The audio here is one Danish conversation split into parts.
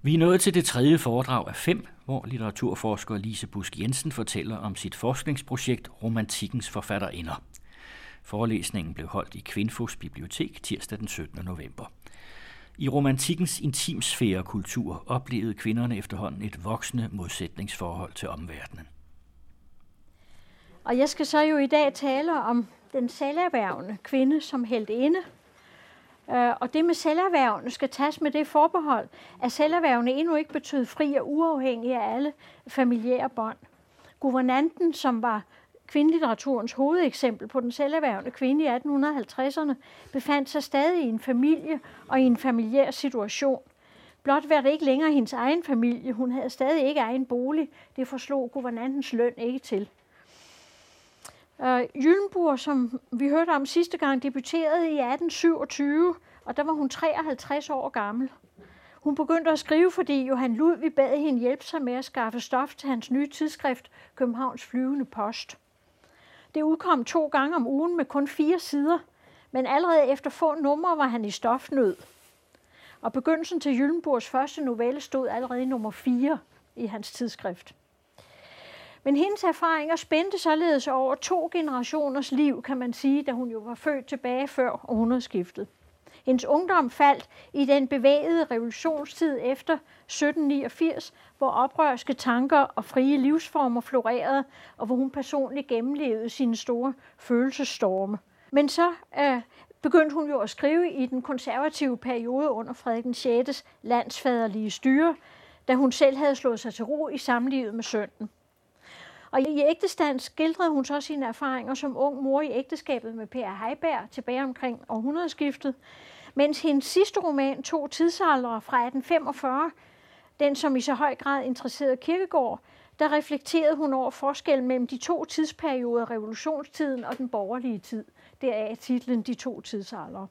Vi er nået til det tredje foredrag af 5, hvor litteraturforsker Lise Busk Jensen fortæller om sit forskningsprojekt Romantikkens forfatterinder. Forelæsningen blev holdt i Kvinfos bibliotek tirsdag den 17. november. I romantikkens intimsfærekultur oplevede kvinderne efterhånden et voksende modsætningsforhold til omverdenen. Og jeg skal så jo i dag tale om den selverhvervende kvinde som heltinde. Og det med selverhvervende skal tages med det forbehold, at selverhvervende endnu ikke betød fri og uafhængig af alle familiære bånd. Guvernanten, som var kvindelitteraturens hovedeksempel på den selverhvervende kvinde i 1850'erne, befandt sig stadig i en familie og i en familiær situation. Blot var det ikke længere hendes egen familie. Hun havde stadig ikke egen bolig. Det forslog guvernantens løn ikke til. Gyllenbourg, som vi hørte om sidste gang, debuterede i 1827, og der var hun 53 år gammel. Hun begyndte at skrive, fordi Johan Ludvig bad hende hjælpe sig med at skaffe stof til hans nye tidsskrift, Københavns Flyvende Post. Det udkom 2 gange om ugen med kun 4 sider, men allerede efter få numre var han i stofnød. Og begyndelsen til Gyllenbourgs første novelle stod allerede i nummer 4 i hans tidsskrift. Men hendes erfaringer spændte således over 2 generationers liv, kan man sige, da hun jo var født tilbage før århundredeskiftet. Hendes ungdom faldt i den bevægede revolutionstid efter 1789, hvor oprørske tanker og frie livsformer florerede, og hvor hun personligt gennemlevede sine store følelsesstorme. Men så begyndte hun jo at skrive i den konservative periode under Frederik den 6. landsfaderlige styre, da hun selv havde slået sig til ro i samlivet med sønnen. Og i ægtestand skildrede hun så sine erfaringer som ung mor i ægteskabet med Per Heiberg tilbage omkring århundredeskiftet, mens hendes sidste roman, 2 tidsaldre fra 1845, den som i så høj grad interesserede Kierkegaard, der reflekterede hun over forskellen mellem de 2 tidsperioder, revolutionstiden og den borgerlige tid. Deraf titlen De 2 tidsaldre.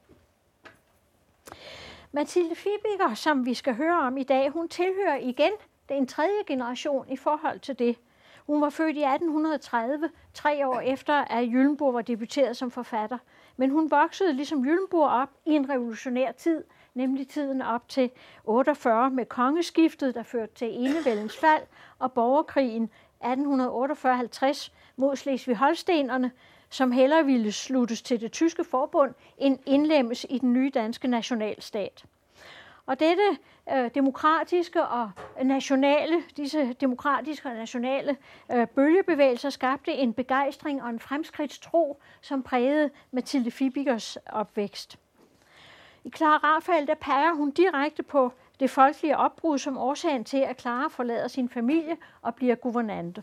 Mathilde Fibiger, som vi skal høre om i dag, hun tilhører igen den 3. generation i forhold til det. Hun var født i 1830, 3 år efter, at Gyllenbourg var debuteret som forfatter. Men hun voksede ligesom Gyllenbourg op i en revolutionær tid, nemlig tiden op til 48 med kongeskiftet, der førte til enevældens fald, og borgerkrigen 1848-50 mod Slesvig-Holstenerne, som hellere ville sluttes til det tyske forbund, end indlemmes i den nye danske nationalstat. Og dette demokratiske og nationale bølgebevægelser skabte en begejstring og en fremskridtstro, som prægede Mathilde Fibigers opvækst. I Clara Rafael, der peger hun direkte på det folkelige opbrud som årsagen til, at Clara forlader sin familie og bliver guvernante.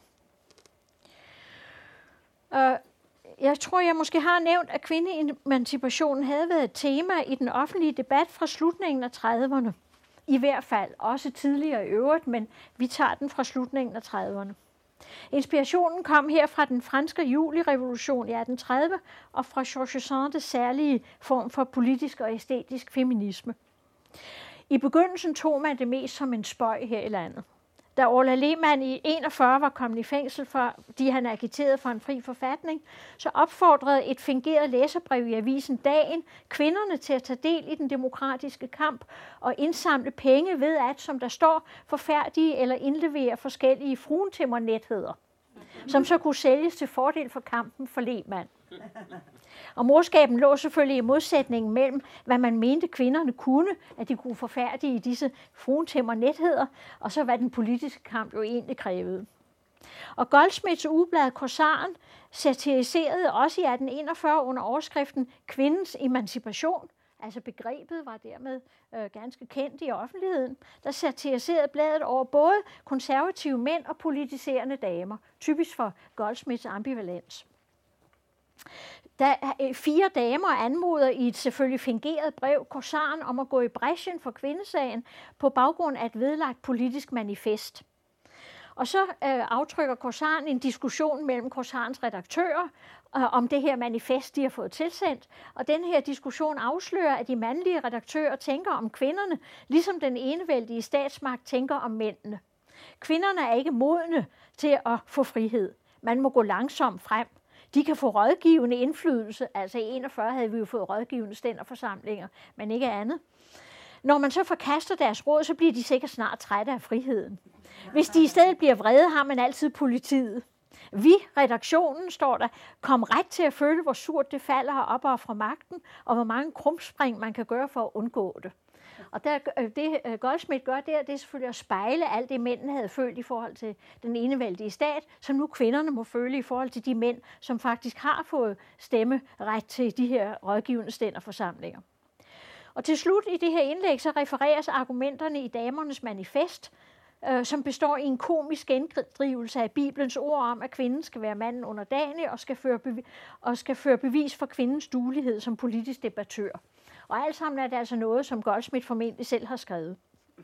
Jeg tror, jeg måske har nævnt, at kvindeemancipationen havde været et tema i den offentlige debat fra slutningen af 30'erne. I hvert fald, også tidligere i øvrigt, men vi tager den fra slutningen af 30'erne. Inspirationen kom her fra den franske julirevolution i 1830 og fra Georges Sands særlige form for politisk og æstetisk feminisme. I begyndelsen tog man det mest som en spøg her i landet. Da Orla Lehmann i 41 var kommet i fængsel, fordi han agiterede for en fri forfatning, så opfordrede et fingeret læserbrev i avisen Dagen kvinderne til at tage del i den demokratiske kamp og indsamle penge ved at, som der står, forfærdige eller indlevere forskellige fruentimmernetheder, som så kunne sælges til fordel for kampen for Lehmann. Og morskaben lå selvfølgelig i modsætningen mellem, hvad man mente kvinderne kunne, at de kunne forfærdige disse fruentimmernetheder, og så hvad den politiske kamp jo egentlig krævede. Og Goldsmiths ugeblad Korsaren satiriserede også i 1841 under overskriften Kvindens emancipation, altså begrebet var dermed ganske kendt i offentligheden, der satiriserede bladet over både konservative mænd og politiserende damer, typisk for Goldsmiths ambivalens. Da 4 damer anmoder i et selvfølgelig fingeret brev Korsaren om at gå i brechen for kvindesagen på baggrund af et vedlagt politisk manifest. Og så aftrykker Korsaren en diskussion mellem Korsarens redaktører om det her manifest, de har fået tilsendt. Og den her diskussion afslører, at de mandlige redaktører tænker om kvinderne, ligesom den enevældige statsmagt tænker om mændene. Kvinderne er ikke modne til at få frihed. Man må gå langsomt frem. De kan få rådgivende indflydelse. Altså i 41 havde vi jo fået rådgivende stænderforsamlinger, men ikke andet. Når man så forkaster deres råd, så bliver de sikkert snart trætte af friheden. Hvis de i stedet bliver vrede, har man altid politiet. Vi, redaktionen, står der, kom ret til at føle, hvor surt det falder at opofre magten, og hvor mange krumspring man kan gøre for at undgå det. Og det Goldschmidt gør der, det er selvfølgelig at spejle alt det, mændene havde følt i forhold til den enevældige stat, som nu kvinderne må føle i forhold til de mænd, som faktisk har fået stemmeret til de her rådgivende stænderforsamlinger. Og til slut i det her indlæg, så refereres argumenterne i Damernes Manifest, som består i en komisk gendrivelse af Bibelens ord om, at kvinden skal være manden underdanig og skal føre bevis for kvindens duelighed som politisk debattør. Og alt sammen er det altså noget, som Goldschmidt formentlig selv har skrevet.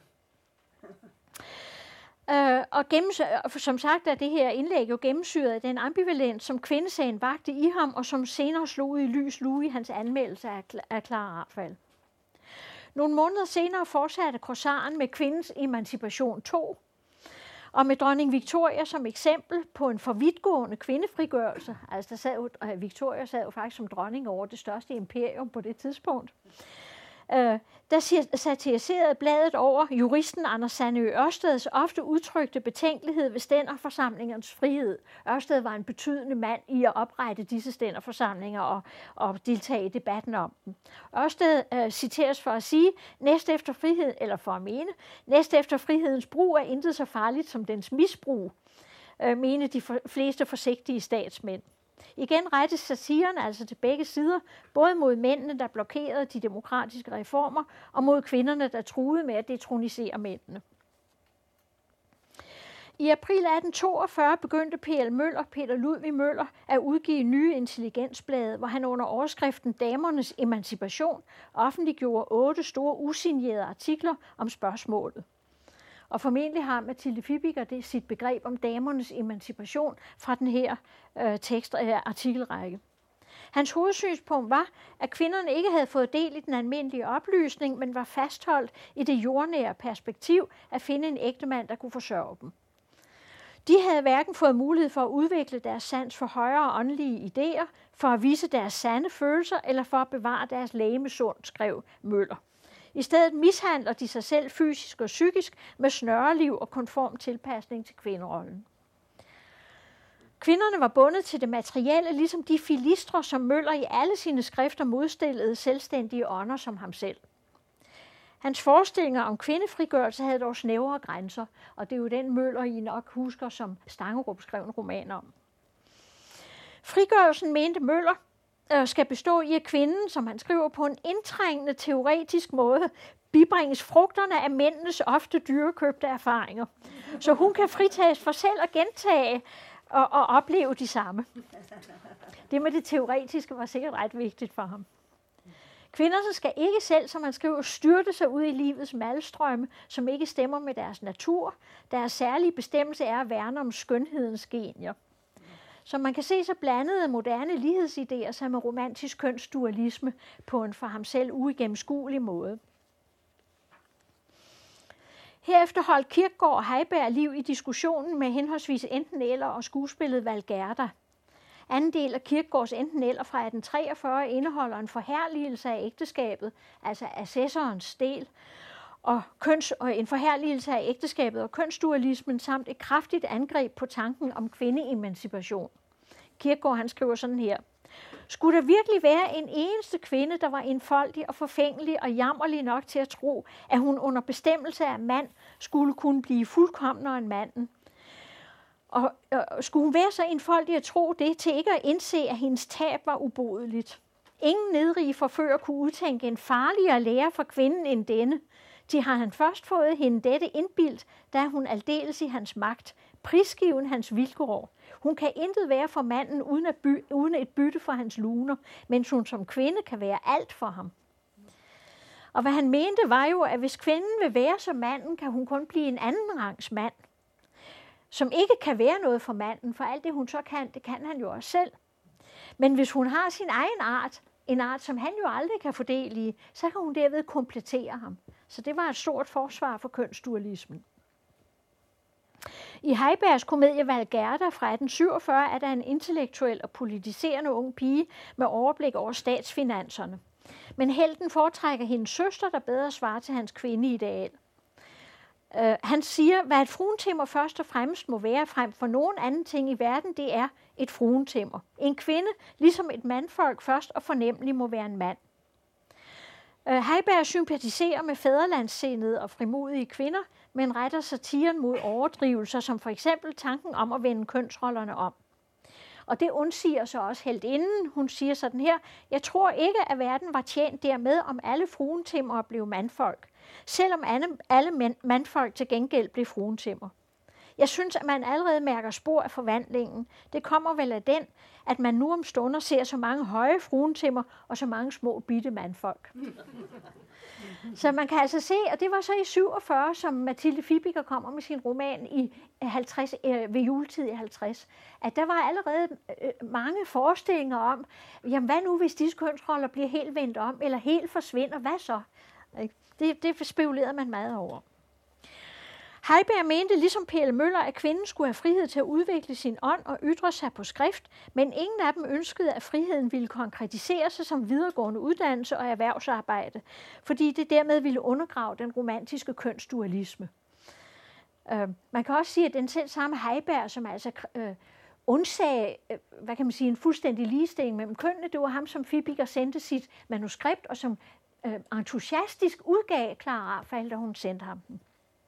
Som sagt er det her indlæg jo gennemsyret af den ambivalens, som kvindesagen vagte i ham, og som senere slog ud i lys lue i hans anmeldelse af Clara Arfald. Nogle måneder senere fortsatte Korsaren med kvindens emancipation 2, og med dronning Victoria som eksempel på en for vidtgående kvindefrigørelse. Altså Victoria sad jo faktisk som dronning over det største imperium på det tidspunkt. Der satiriserede bladet over juristen Anders Sandø Ørsteds ofte udtrykte betænkelighed ved stænderforsamlingernes frihed. Ørsted var en betydende mand i at oprette disse stænderforsamlinger og deltage i debatten om dem. Ørsted citeres for at sige, næst efter frihedens brug er intet så farligt som dens misbrug, mene de fleste forsigtige statsmænd. Igen rettes satiren altså til begge sider, både mod mændene, der blokerede de demokratiske reformer, og mod kvinderne, der truede med at detronisere mændene. I april 1842 begyndte Peter Ludvig Møller at udgive nye intelligensblade, hvor han under overskriften Damernes Emancipation offentliggjorde 8 store usignerede artikler om spørgsmålet. Og formentlig har Mathilde Fibiger det sit begreb om damernes emancipation fra den her artikelrække. Hans hovedsynspunkt var, at kvinderne ikke havde fået del i den almindelige oplysning, men var fastholdt i det jordnære perspektiv at finde en ægtemand, der kunne forsørge dem. De havde hverken fået mulighed for at udvikle deres sans for højere åndelige idéer, for at vise deres sande følelser eller for at bevare deres legeme sundt, skrev Møller. I stedet mishandler de sig selv fysisk og psykisk med snørreliv og konform tilpasning til kvinderollen. Kvinderne var bundet til det materielle, ligesom de filistre, som Møller i alle sine skrifter modstillede selvstændige ånder som ham selv. Hans forestillinger om kvindefrigørelse havde dog snævre grænser, og det er jo den Møller, I nok husker, som Stangerup skrev en roman om. Frigørelsen, mente Møller, skal bestå i, at kvinden, som han skriver på en indtrængende teoretisk måde, bibringes frugterne af mændenes ofte dyrekøbte erfaringer, så hun kan fritages for selv at gentage og opleve de samme. Det med det teoretiske var sikkert ret vigtigt for ham. Kvinderne skal ikke selv, som han skriver, styrte sig ud i livets malstrømme, som ikke stemmer med deres natur. Deres særlige bestemmelse er at værne om skønhedens genier. Som man kan se, så blandede moderne lighedsidéer sig med romantisk kønsdualisme på en for ham selv uigennemskuelig måde. Herefter holdt Kierkegaard og Heiberg liv i diskussionen med henholdsvis enten eller og skuespillet Valgerda. Anden del af Kierkegaards enten eller fra 1843 indeholder en forherligelse af ægteskabet, altså assessorens del, og en forherligelse af ægteskabet og kønsdualismen samt et kraftigt angreb på tanken om kvindeemancipation. Kierkegaard han skriver sådan her: Skulle der virkelig være en eneste kvinde, der var enfoldig og forfængelig og jammerlig nok til at tro, at hun under bestemmelse af mand skulle kunne blive fuldkomnere end manden? Og skulle hun være så enfoldig at tro det, til ikke at indse, at hendes tab var ubodeligt? Ingen nedrige forfører kunne udtænke en farligere lære for kvinden end denne. De har han først fået hende dette indbildt, da hun aldeles i hans magt, prisgiven hans vilkår. Hun kan intet være for manden uden et bytte for hans luner, mens hun som kvinde kan være alt for ham. Og hvad han mente var jo, at hvis kvinden vil være som manden, kan hun kun blive en anden rangs mand, som ikke kan være noget for manden, for alt det hun så kan, det kan han jo også selv. Men hvis hun har sin egen art, en art, som han jo aldrig kan få del i, så kan hun derved komplettere ham. Så det var et stort forsvar for kønsdualismen. I Heibergs komedie Valgerda fra 1847 er der en intellektuel og politiserende ung pige med overblik over statsfinanserne. Men helten foretrækker hendes søster, der bedre svarer til hans kvindeideal. Han siger, hvad et fruentimmer først og fremmest må være frem for nogen anden ting i verden, det er et fruentimmer. En kvinde, ligesom et mandfolk, først og fornemmelig må være en mand. Heiberg sympatiserer med fædrelandssindede og frimodige kvinder, men retter satiren mod overdrivelser, som for eksempel tanken om at vende kønsrollerne om. Og det undsiger så også heltinden. Hun siger sådan her: jeg tror ikke, at verden var tjent dermed, om alle fruentimmer blev mandfolk, selvom alle mandfolk til gengæld blev fruentimmer. Jeg synes, at man allerede mærker spor af forvandlingen. Det kommer vel af den, at man nu om stunder ser så mange høje fruentimmer og så mange små bitte mandfolk. Så man kan altså se, og det var så i 47, som Mathilde Fibiger kommer med sin roman i 50, ved juletid i 50, at der var allerede mange forestillinger om, jamen hvad nu, hvis disse kønsroller bliver helt vendt om, eller helt forsvinder, hvad så? Det spekulerede man meget over. Heiberg mente, ligesom P.L. Møller, at kvinden skulle have frihed til at udvikle sin ånd og ytre sig på skrift, men ingen af dem ønskede, at friheden ville konkretisere sig som videregående uddannelse og erhvervsarbejde, fordi det dermed ville undergrave den romantiske kønsdualisme. Man kan også sige, at den selv samme Heiberg, som altså undsagde, hvad kan man sige, en fuldstændig ligestilling mellem kønnene, det var ham, som Fibiger sendte sit manuskript, og som entusiastisk udgav Clara Rafael, da hun sendte ham den.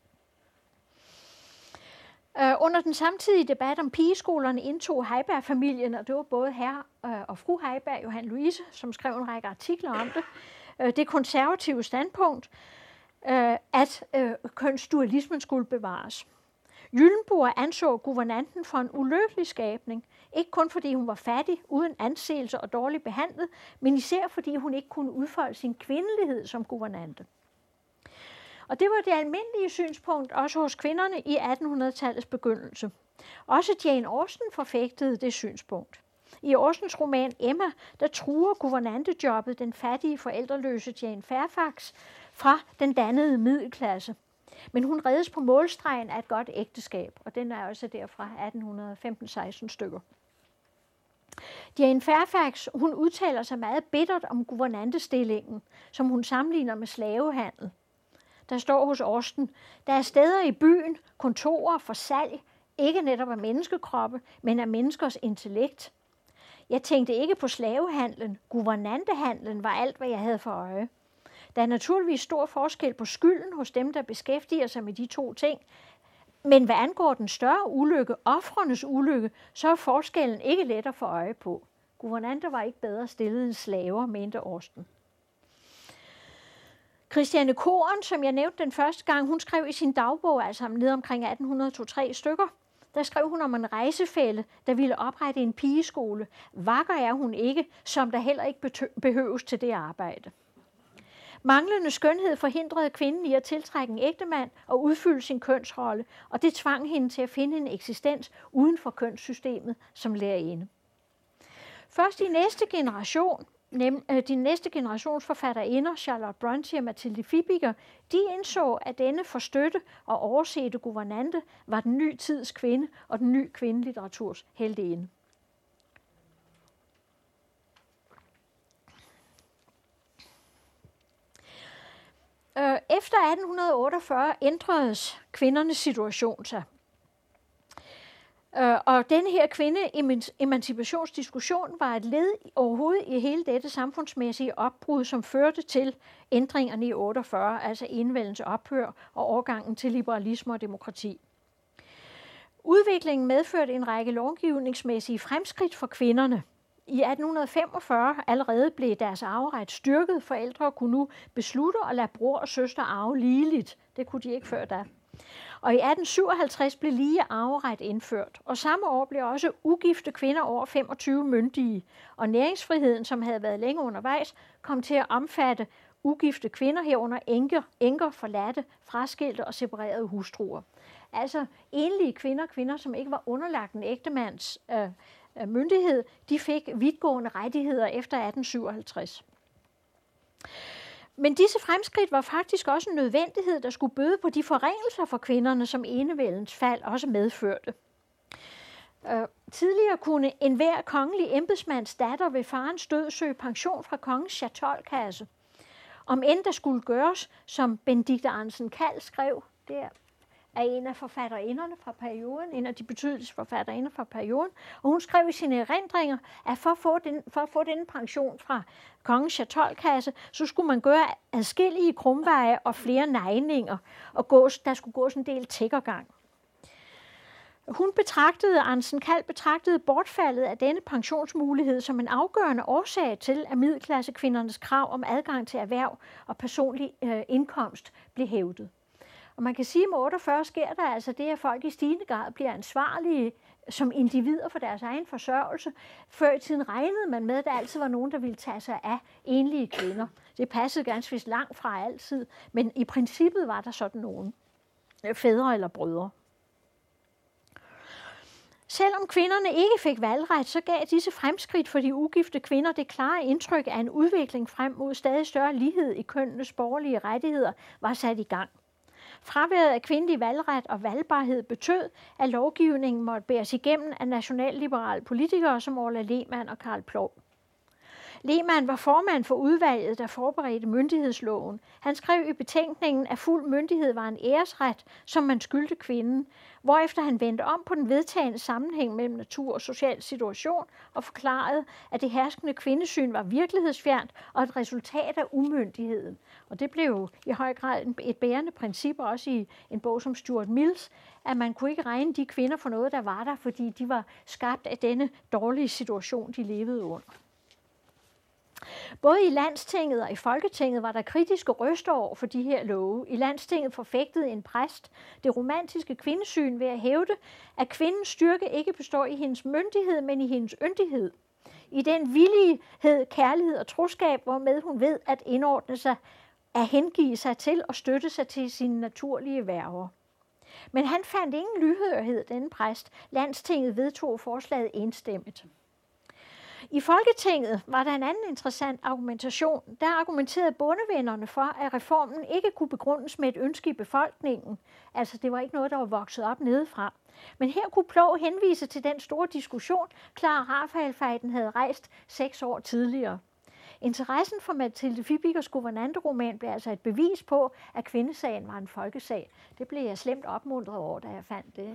Under den samtidige debat om pigeskolerne indtog Heiberg-familien, og det var både herre og fru Heiberg, Johan Louise, som skrev en række artikler om det konservative standpunkt, at kønsdualismen skulle bevares. Gyllenboer anså guvernanten for en ulykkelig skabning, ikke kun fordi hun var fattig, uden anseelse og dårligt behandlet, men især fordi hun ikke kunne udfolde sin kvindelighed som guvernante. Og det var det almindelige synspunkt også hos kvinderne i 1800-tallets begyndelse. Også Jane Austen forfægtede det synspunkt. I Austens roman Emma, der truer guvernantejobbet den fattige, forældreløse Jane Fairfax fra den dannede middelklasse. Men hun reddes på målstregen af et godt ægteskab, og den er også derfra 1815-16 stykker. Jane Fairfax, hun udtaler sig meget bittert om guvernantestillingen, som hun sammenligner med slavehandel. Der står hos Austen, der er steder i byen, kontorer for salg, ikke netop af menneskekroppe, men af menneskers intellekt. Jeg tænkte ikke på slavehandlen, guvernantehandlen var alt, hvad jeg havde for øje. Der er naturligvis stor forskel på skylden hos dem, der beskæftiger sig med de to ting, men hvad angår den større ulykke, ofrenes ulykke, så er forskellen ikke let at få øje på. Guvernanter var ikke bedre stillet end slaver, mente Austen. Christiane Koren, som jeg nævnte den første gang, hun skrev i sin dagbog, altså ned omkring 1803 stykker, der skrev hun om en rejsefælle, der ville oprette en pigeskole. Vakker er hun ikke, som der heller ikke behøves til det arbejde. Manglende skønhed forhindrede kvinden i at tiltrække en ægtemand og udfylde sin kønsrolle, og det tvang hende til at finde en eksistens uden for kønssystemet som lærerinde. Først i næste generation, de næste generations forfatterinder, Charlotte Brontë og Mathilde Fibiger, de indså, at denne forstøtte og oversete guvernante var den nye tids kvinde og den nye kvindelitteraturs helteinde. Efter 1848 ændredes kvindernes situation sig. Og denne her kvinde-emancipationsdiskussion var et led overhovedet i hele dette samfundsmæssige opbrud, som førte til ændringerne i 48, altså enevældendes ophør og overgangen til liberalisme og demokrati. Udviklingen medførte en række lovgivningsmæssige fremskridt for kvinderne. I 1845 allerede blev deres arveret styrket. Forældre kunne nu beslutte at lade bror og søster arve ligeligt. Det kunne de ikke før da. Og i 1857 blev lige arveret indført. Og samme år blev også ugifte kvinder over 25 myndige. Og næringsfriheden, som havde været længe undervejs, kom til at omfatte ugifte kvinder, herunder enker, forladte, fraskilte og separerede hustruer. Altså enlige kvinder, som ikke var underlagt en ægtemands myndighed, de fik vidtgående rettigheder efter 1857. Men disse fremskridt var faktisk også en nødvendighed, der skulle bøde på de forringelser for kvinderne, som enevældens fald også medførte. Tidligere kunne enhver kongelig embedsmands datter ved farens død søge pension fra kongens chatolkasse. Om end der skulle gøres, som Benedikte Arnesen Kald skrev, der er en af forfatterinderne fra perioden, en af de betydeligste forfatterinder fra perioden, og hun skrev i sine erindringer, at for at få denne pension fra kongens chatolkasse, så skulle man gøre adskillige krumveje og flere nejninger, og der skulle gås en del tiggergang. Arnesen Kald betragtede bortfaldet af denne pensionsmulighed som en afgørende årsag til, at middelklassekvindernes krav om adgang til erhverv og personlig indkomst blev hævdet. Og man kan sige, at med 48 sker der altså det, at folk i stigende grad bliver ansvarlige som individer for deres egen forsørgelse. Før i tiden regnede man med, at der altid var nogen, der ville tage sig af enlige kvinder. Det passede ganske vist langt fra altid, men i princippet var der sådan nogen. Fædre eller brødre. Selvom kvinderne ikke fik valgret, så gav disse fremskridt for de ugifte kvinder det klare indtryk af en udvikling frem mod stadig større lighed i kønnenes borgerlige rettigheder var sat i gang. Fraværet af kvindelig valgret og valgbarhed betød, at lovgivningen måtte bæres igennem af nationalliberale politikere som Orla Lehmann og Karl Ploug. Lehmann var formand for udvalget, der forberedte myndighedsloven. Han skrev i betænkningen, at fuld myndighed var en æresret, som man skyldte kvinden, hvorefter han vendte om på den vedtagne sammenhæng mellem natur og social situation og forklarede, at det herskende kvindesyn var virkelighedsfjernt og et resultat af umyndigheden. Og det blev i høj grad et bærende princip også i en bog som Stuart Mills, at man kunne ikke regne de kvinder for noget, der var der, fordi de var skabt af denne dårlige situation, de levede under. Både i Landstinget og i Folketinget var der kritiske røster over for de her love. I Landstinget forfægtede en præst det romantiske kvindesyn ved at hævde, at kvindens styrke ikke består i hendes myndighed, men i hendes yndighed. I den villighed, kærlighed og troskab, hvormed hun ved at indordne sig, at hengive sig til og støtte sig til sine naturlige værger. Men han fandt ingen lydhørhed, denne præst. Landstinget vedtog forslaget enstemmigt. I Folketinget var der en anden interessant argumentation. Der argumenterede bondevennerne for, at reformen ikke kunne begrundes med et ønske i befolkningen. Altså, det var ikke noget, der var vokset op nedefra. Men her kunne Ploug henvise til den store diskussion, Clara Raphael-fejden havde rejst 6 år tidligere. Interessen for Mathilde Fibiggers guvernanteroman blev altså et bevis på, at kvindesagen var en folkesag. Det blev jeg slemt opmuntret over, da jeg fandt det.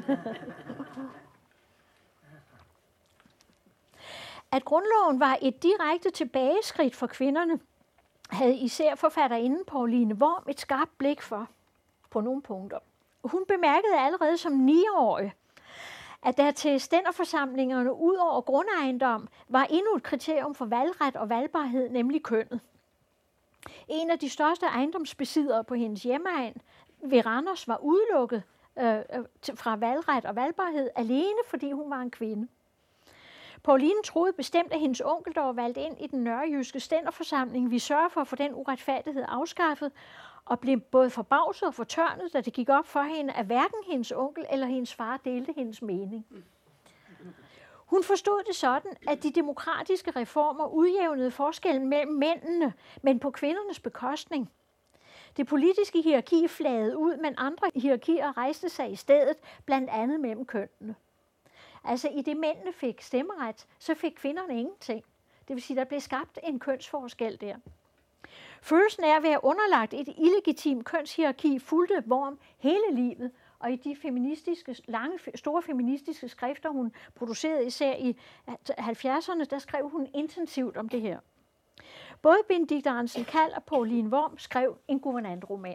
At grundloven var et direkte tilbageskridt for kvinderne, havde især forfatterinden Pauline Worm et skarpt blik for på nogle punkter. Hun bemærkede allerede som 9-årig, at der til stænderforsamlingerne ud over grundejendom var endnu et kriterium for valgret og valgbarhed, nemlig kønnet. En af de største ejendomsbesiddere på hendes hjemegn ved Randers var udelukket fra valgret og valgbarhed alene, fordi hun var en kvinde. Pauline troede bestemt, at hendes onkel, der var valgt ind i den nørrejyske stænderforsamling, ville sørge for at få den uretfærdighed afskaffet, og blev både forbavset og fortørnet, da det gik op for hende, at hverken hendes onkel eller hendes far delte hendes mening. Hun forstod det sådan, at de demokratiske reformer udjævnede forskellen mellem mændene, men på kvindernes bekostning. Det politiske hierarki flagede ud, men andre hierarkier rejste sig i stedet, blandt andet mellem kønnene. Altså i det mændene fik stemmeret, så fik kvinderne ingenting. Det vil sige, der blev skabt en kønsforskel der. Følelsen af at være underlagt et illegitimt kønshierarki fulgte Worm hele livet, og i de store feministiske skrifter, hun producerede især i 70'erne, der skrev hun intensivt om det her. Både Benedikte Arnesen Kald og Pauline Worm skrev en guvernanteroman.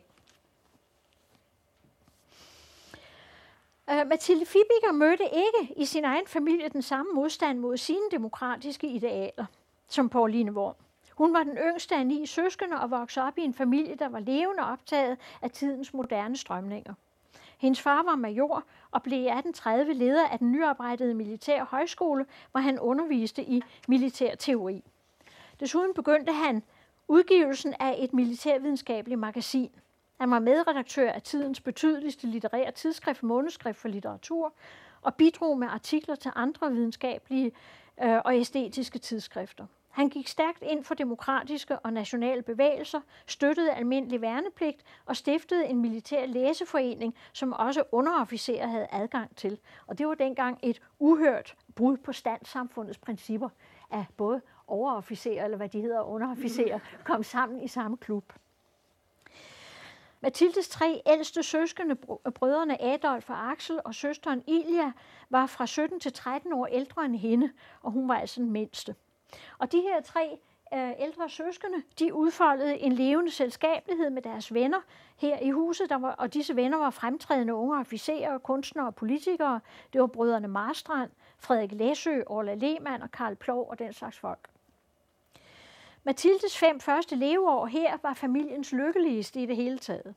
Mathilde Fibigger mødte ikke i sin egen familie den samme modstand mod sine demokratiske idealer som Pauline Worm. Hun var den yngste af 9 søskende og voksede op i en familie, der var levende optaget af tidens moderne strømninger. Hendes far var major og blev i 1830 leder af den nyoprettede militære højskole, hvor han underviste i militær teori. Desuden begyndte han udgivelsen af et militærvidenskabeligt magasin. Han var medredaktør af tidens betydeligste litterære tidsskrift, Måneskrift for litteratur, og bidrog med artikler til andre videnskabelige og æstetiske tidsskrifter. Han gik stærkt ind for demokratiske og nationale bevægelser, støttede almindelig værnepligt og stiftede en militær læseforening, som også underofficerer havde adgang til. Og det var dengang et uhørt brud på standssamfundets principper, at både overofficerer, eller hvad de hedder, underofficerer, kom sammen i samme klub. Mathildes 3 ældste søskende, brødrene Adolf og Axel og søsteren Ilia, var fra 17 til 13 år ældre end hende, og hun var altså den mindste. Og de her 3 ældre søskende, de udfoldede en levende selskabelighed med deres venner her i huset, og disse venner var fremtrædende unge officerer, kunstnere og politikere. Det var brødrene Marstrand, Frederik Læsø, Orla Lehmann og Karl Plov og den slags folk. Mathildes 5 første leveår her var familiens lykkeligste i det hele taget.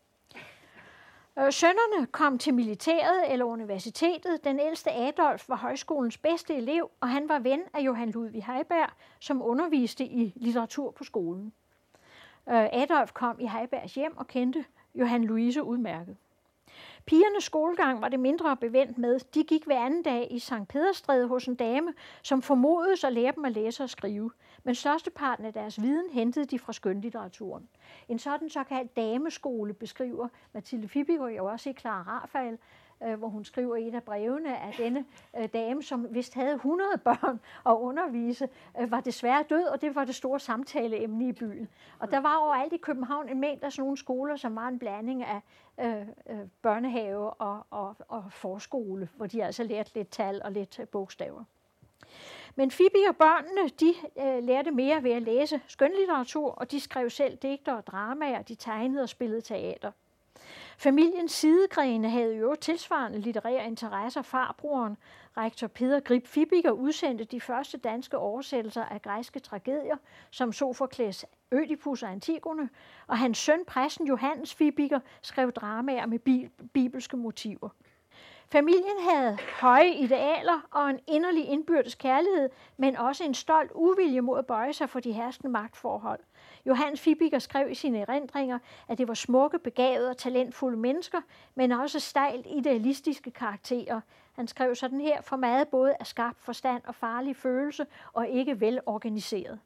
Sønnerne kom til militæret eller universitetet. Den ældste Adolf var højskolens bedste elev, og han var ven af Johan Ludvig Heiberg, som underviste i litteratur på skolen. Adolf kom i Heibergs hjem og kendte Johan Louise udmærket. Pigernes skolegang var det mindre bevendt med. De gik hver anden dag i Sankt Pederstræde hos en dame, som formodedes at lære dem at læse og skrive. Men størsteparten af deres viden hentede de fra skønlitteraturen. En sådan såkaldt dameskole beskriver Mathilde Fibiger jo også i Clara Rafael, hvor hun skriver i et af brevene, at denne dame, som vist havde 100 børn at undervise, var desværre død, og det var det store samtaleemne i byen. Og der var overalt i København en mængde af sådan nogle skoler, som var en blanding af børnehave og forskole, hvor de altså lærte lidt tal og lidt bogstaver. Men Fibiger børnene, de lærte mere ved at læse skønlitteratur, og de skrev selv digter og dramaer, de tegnede og spillede teater. Familiens sidegrene havde jo tilsvarende litterære interesser. Farbroren, rektor Peder Grib Fibiger, udsendte de første danske oversættelser af græske tragedier, som Sofokles Ødipus og Antigone, og hans søn, præsten Johannes Fibiger, skrev dramaer med bibelske motiver. Familien havde høje idealer og en inderlig indbyrdes kærlighed, men også en stolt uvilje mod at bøje sig for de herskende magtforhold. Johannes Fibiger skrev i sine erindringer, at det var smukke, begavede og talentfulde mennesker, men også stejlt idealistiske karakterer. Han skrev sådan her: for meget både af skarp forstand og farlig følelse, og ikke velorganiseret.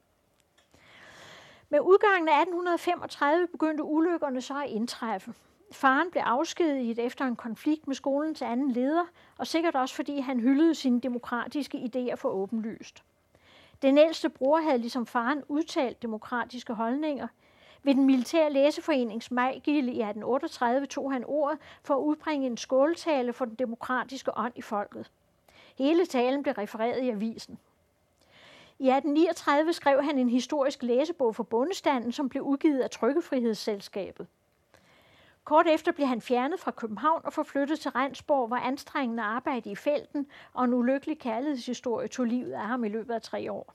Med udgangen af 1835 begyndte ulykkerne så at indtræffe. Faren blev afskediget efter en konflikt med skolens anden leder, og sikkert også fordi han hyldede sine demokratiske idéer for åbenlyst. Den ældste bror havde ligesom faren udtalt demokratiske holdninger. Ved den militære læseforenings majgilde i 1838 tog han ordet for at udbringe en skåltale for den demokratiske ånd i folket. Hele talen blev refereret i avisen. I 1839 skrev han en historisk læsebog for bondestanden, som blev udgivet af Trykkefrihedsselskabet. Kort efter blev han fjernet fra København og forflyttet til Rendsborg, hvor anstrengende arbejde i felten og en ulykkelig kærlighedshistorie tog livet af ham i løbet af 3 år.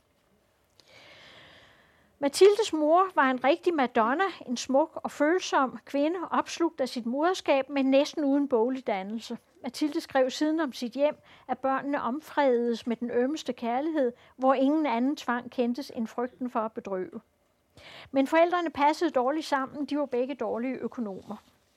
Mathildes mor var en rigtig madonna, en smuk og følsom kvinde, opslugt af sit moderskab, men næsten uden boglig dannelse. Mathilde skrev siden om sit hjem, at børnene omfrededes med den ømmeste kærlighed, hvor ingen anden tvang kendtes end frygten for at bedrøve. Men forældrene passede dårligt sammen, de var begge dårlige økonomer.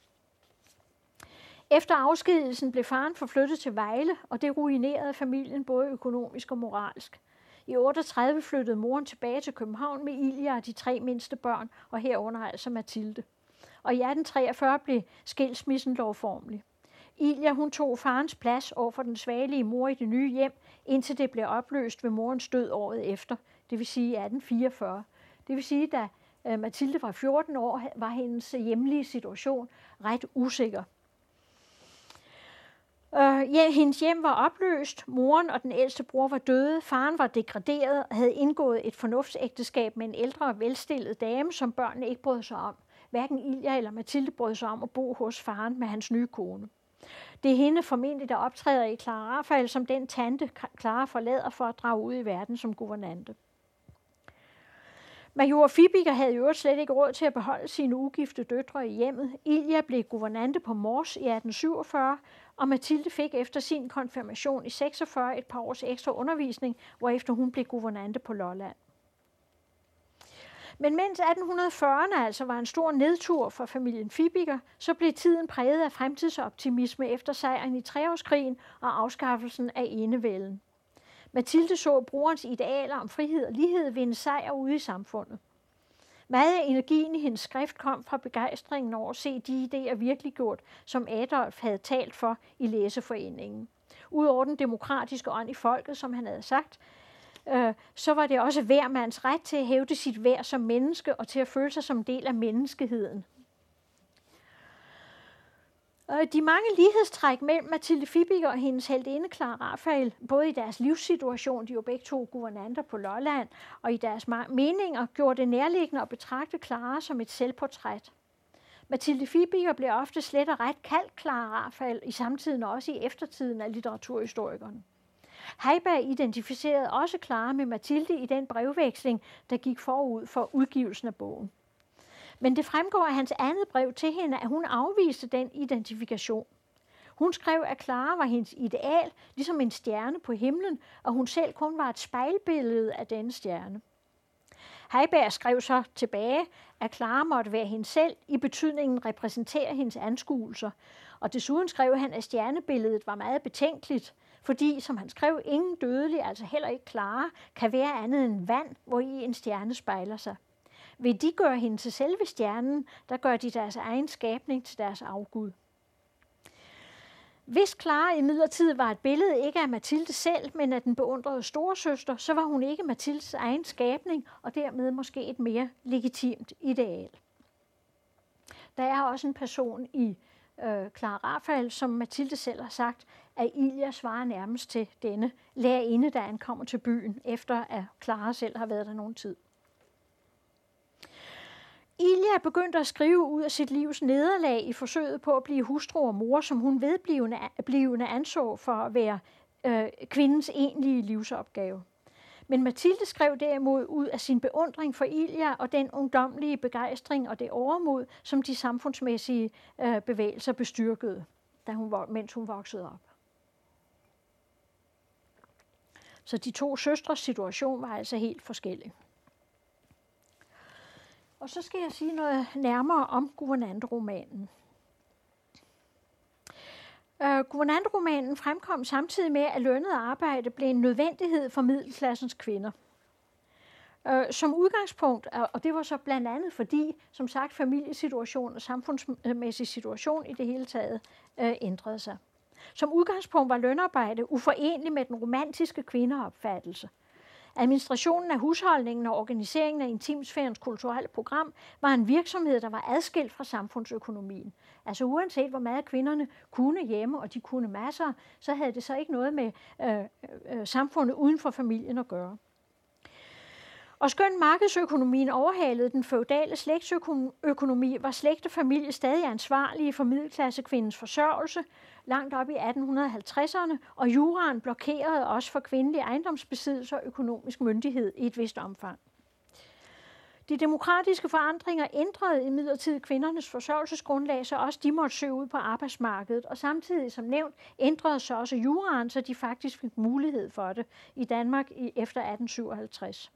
Efter afskedigelsen blev faren forflyttet til Vejle, og det ruinerede familien både økonomisk og moralsk. I 38 flyttede moren tilbage til København med Ilia og de 3 mindste børn, og herunder altså Mathilde. Og i 1843 blev skilsmissen lovformelig. Ilia, hun tog farens plads over for den svagelige mor i det nye hjem, indtil det blev opløst ved morens død året efter, det vil sige 1844. Det vil sige, da Mathilde var 14 år, var hendes hjemlige situation ret usikker. Hendes hjem var opløst, moren og den ældste bror var døde, faren var degraderet og havde indgået et fornuftsægteskab med en ældre og velstillet dame, som børnene ikke brød sig om. Hverken Ilia eller Mathilde brød sig om at bo hos faren med hans nye kone. Det er hende formentlig, der optræder i Clara Rafael som den tante, Clara forlader for at drage ud i verden som guvernante. Major Fibiger havde jo slet ikke råd til at beholde sine ugifte døtre i hjemmet. Ilia blev guvernante på Mors i 1847, og Mathilde fik efter sin konfirmation i 46 et par års ekstra undervisning, hvorefter hun blev guvernante på Lolland. Men mens 1840'erne altså var en stor nedtur for familien Fibiger, så blev tiden præget af fremtidsoptimisme efter sejren i Treårskrigen og afskaffelsen af enevælden. Mathilde så brugerens idealer om frihed og lighed vinde sejr ude i samfundet. Meget af energien i hendes skrift kom fra begejstringen over at se de idéer virkeliggjort, som Adolf havde talt for i læseforeningen. Udover den demokratiske ånd i folket, som han havde sagt, så var det også hver mands ret til at hævde sit værd som menneske og til at føle sig som en del af menneskeheden. De mange lighedstræk mellem Mathilde Fibiger og hendes heltinde Clara Rafael, både i deres livssituation, de var begge to guvernanter på Lolland, og i deres meninger, gjorde det nærliggende at betragte Clara som et selvportræt. Mathilde Fibiger blev ofte slet og ret kaldt Clara Rafael i samtiden og også i eftertiden af litteraturhistorikerne. Heiberg identificerede også Clara med Mathilde i den brevveksling, der gik forud for udgivelsen af bogen. Men det fremgår af hans andet brev til hende, at hun afviste den identifikation. Hun skrev, at Clara var hendes ideal, ligesom en stjerne på himlen, og hun selv kun var et spejlbillede af denne stjerne. Heiberg skrev så tilbage, at Clara måtte være hende selv, i betydningen repræsentere hendes anskuelser. Og desuden skrev han, at stjernebilledet var meget betænkeligt, fordi, som han skrev, ingen dødelig, altså heller ikke Clara, kan være andet end vand, hvor i en stjerne spejler sig. Vil de gøre hende til selve stjernen, der gør de deres egen skabning til deres afgud. Hvis Clara imidlertid var et billede ikke af Mathilde selv, men af den beundrede storesøster, så var hun ikke Mathildes egen skabning, og dermed måske et mere legitimt ideal. Der er også en person i Clara Rafael, som Mathilde selv har sagt, at Ilja svarer nærmest til denne lærerinde, der ankommer til byen, efter at Clara selv har været der nogen tid. Ilja begyndte at skrive ud af sit livs nederlag i forsøget på at blive hustru og mor, som hun vedblivende anså for at være kvindens egentlige livsopgave. Men Mathilde skrev derimod ud af sin beundring for Ilja og den ungdommelige begejstring og det overmod, som de samfundsmæssige bevægelser bestyrkede, mens hun voksede op. Så de to søstres situation var altså helt forskellig. Og så skal jeg sige noget nærmere om guvernanteromanen. Guvernanteromanen fremkom samtidig med, at lønnet arbejde blev en nødvendighed for middelklassens kvinder. Som udgangspunkt, og det var så blandt andet fordi, som sagt, familiesituation og samfundsmæssig situation i det hele taget ændrede sig. Som udgangspunkt var lønarbejde uforenelig med den romantiske kvindeopfattelse. Administrationen af husholdningen og organiseringen af intimsfærens kulturelle program var en virksomhed, der var adskilt fra samfundsøkonomien. Altså uanset hvor meget kvinderne kunne hjemme, og de kunne masser, så havde det så ikke noget med samfundet uden for familien at gøre. Og skønt markedsøkonomien overhalede den feudale slægtsøkonomi, var slægt og familie stadig ansvarlige for middelklassekvindens forsørgelse langt op i 1850'erne, og juraen blokerede også for kvindelig ejendomsbesiddelse og økonomisk myndighed i et vist omfang. De demokratiske forandringer ændrede imidlertid kvindernes forsørgelsesgrundlag, så også de måtte søge ud på arbejdsmarkedet, og samtidig som nævnt ændrede sig også juraen, så de faktisk fik mulighed for det i Danmark efter 1857.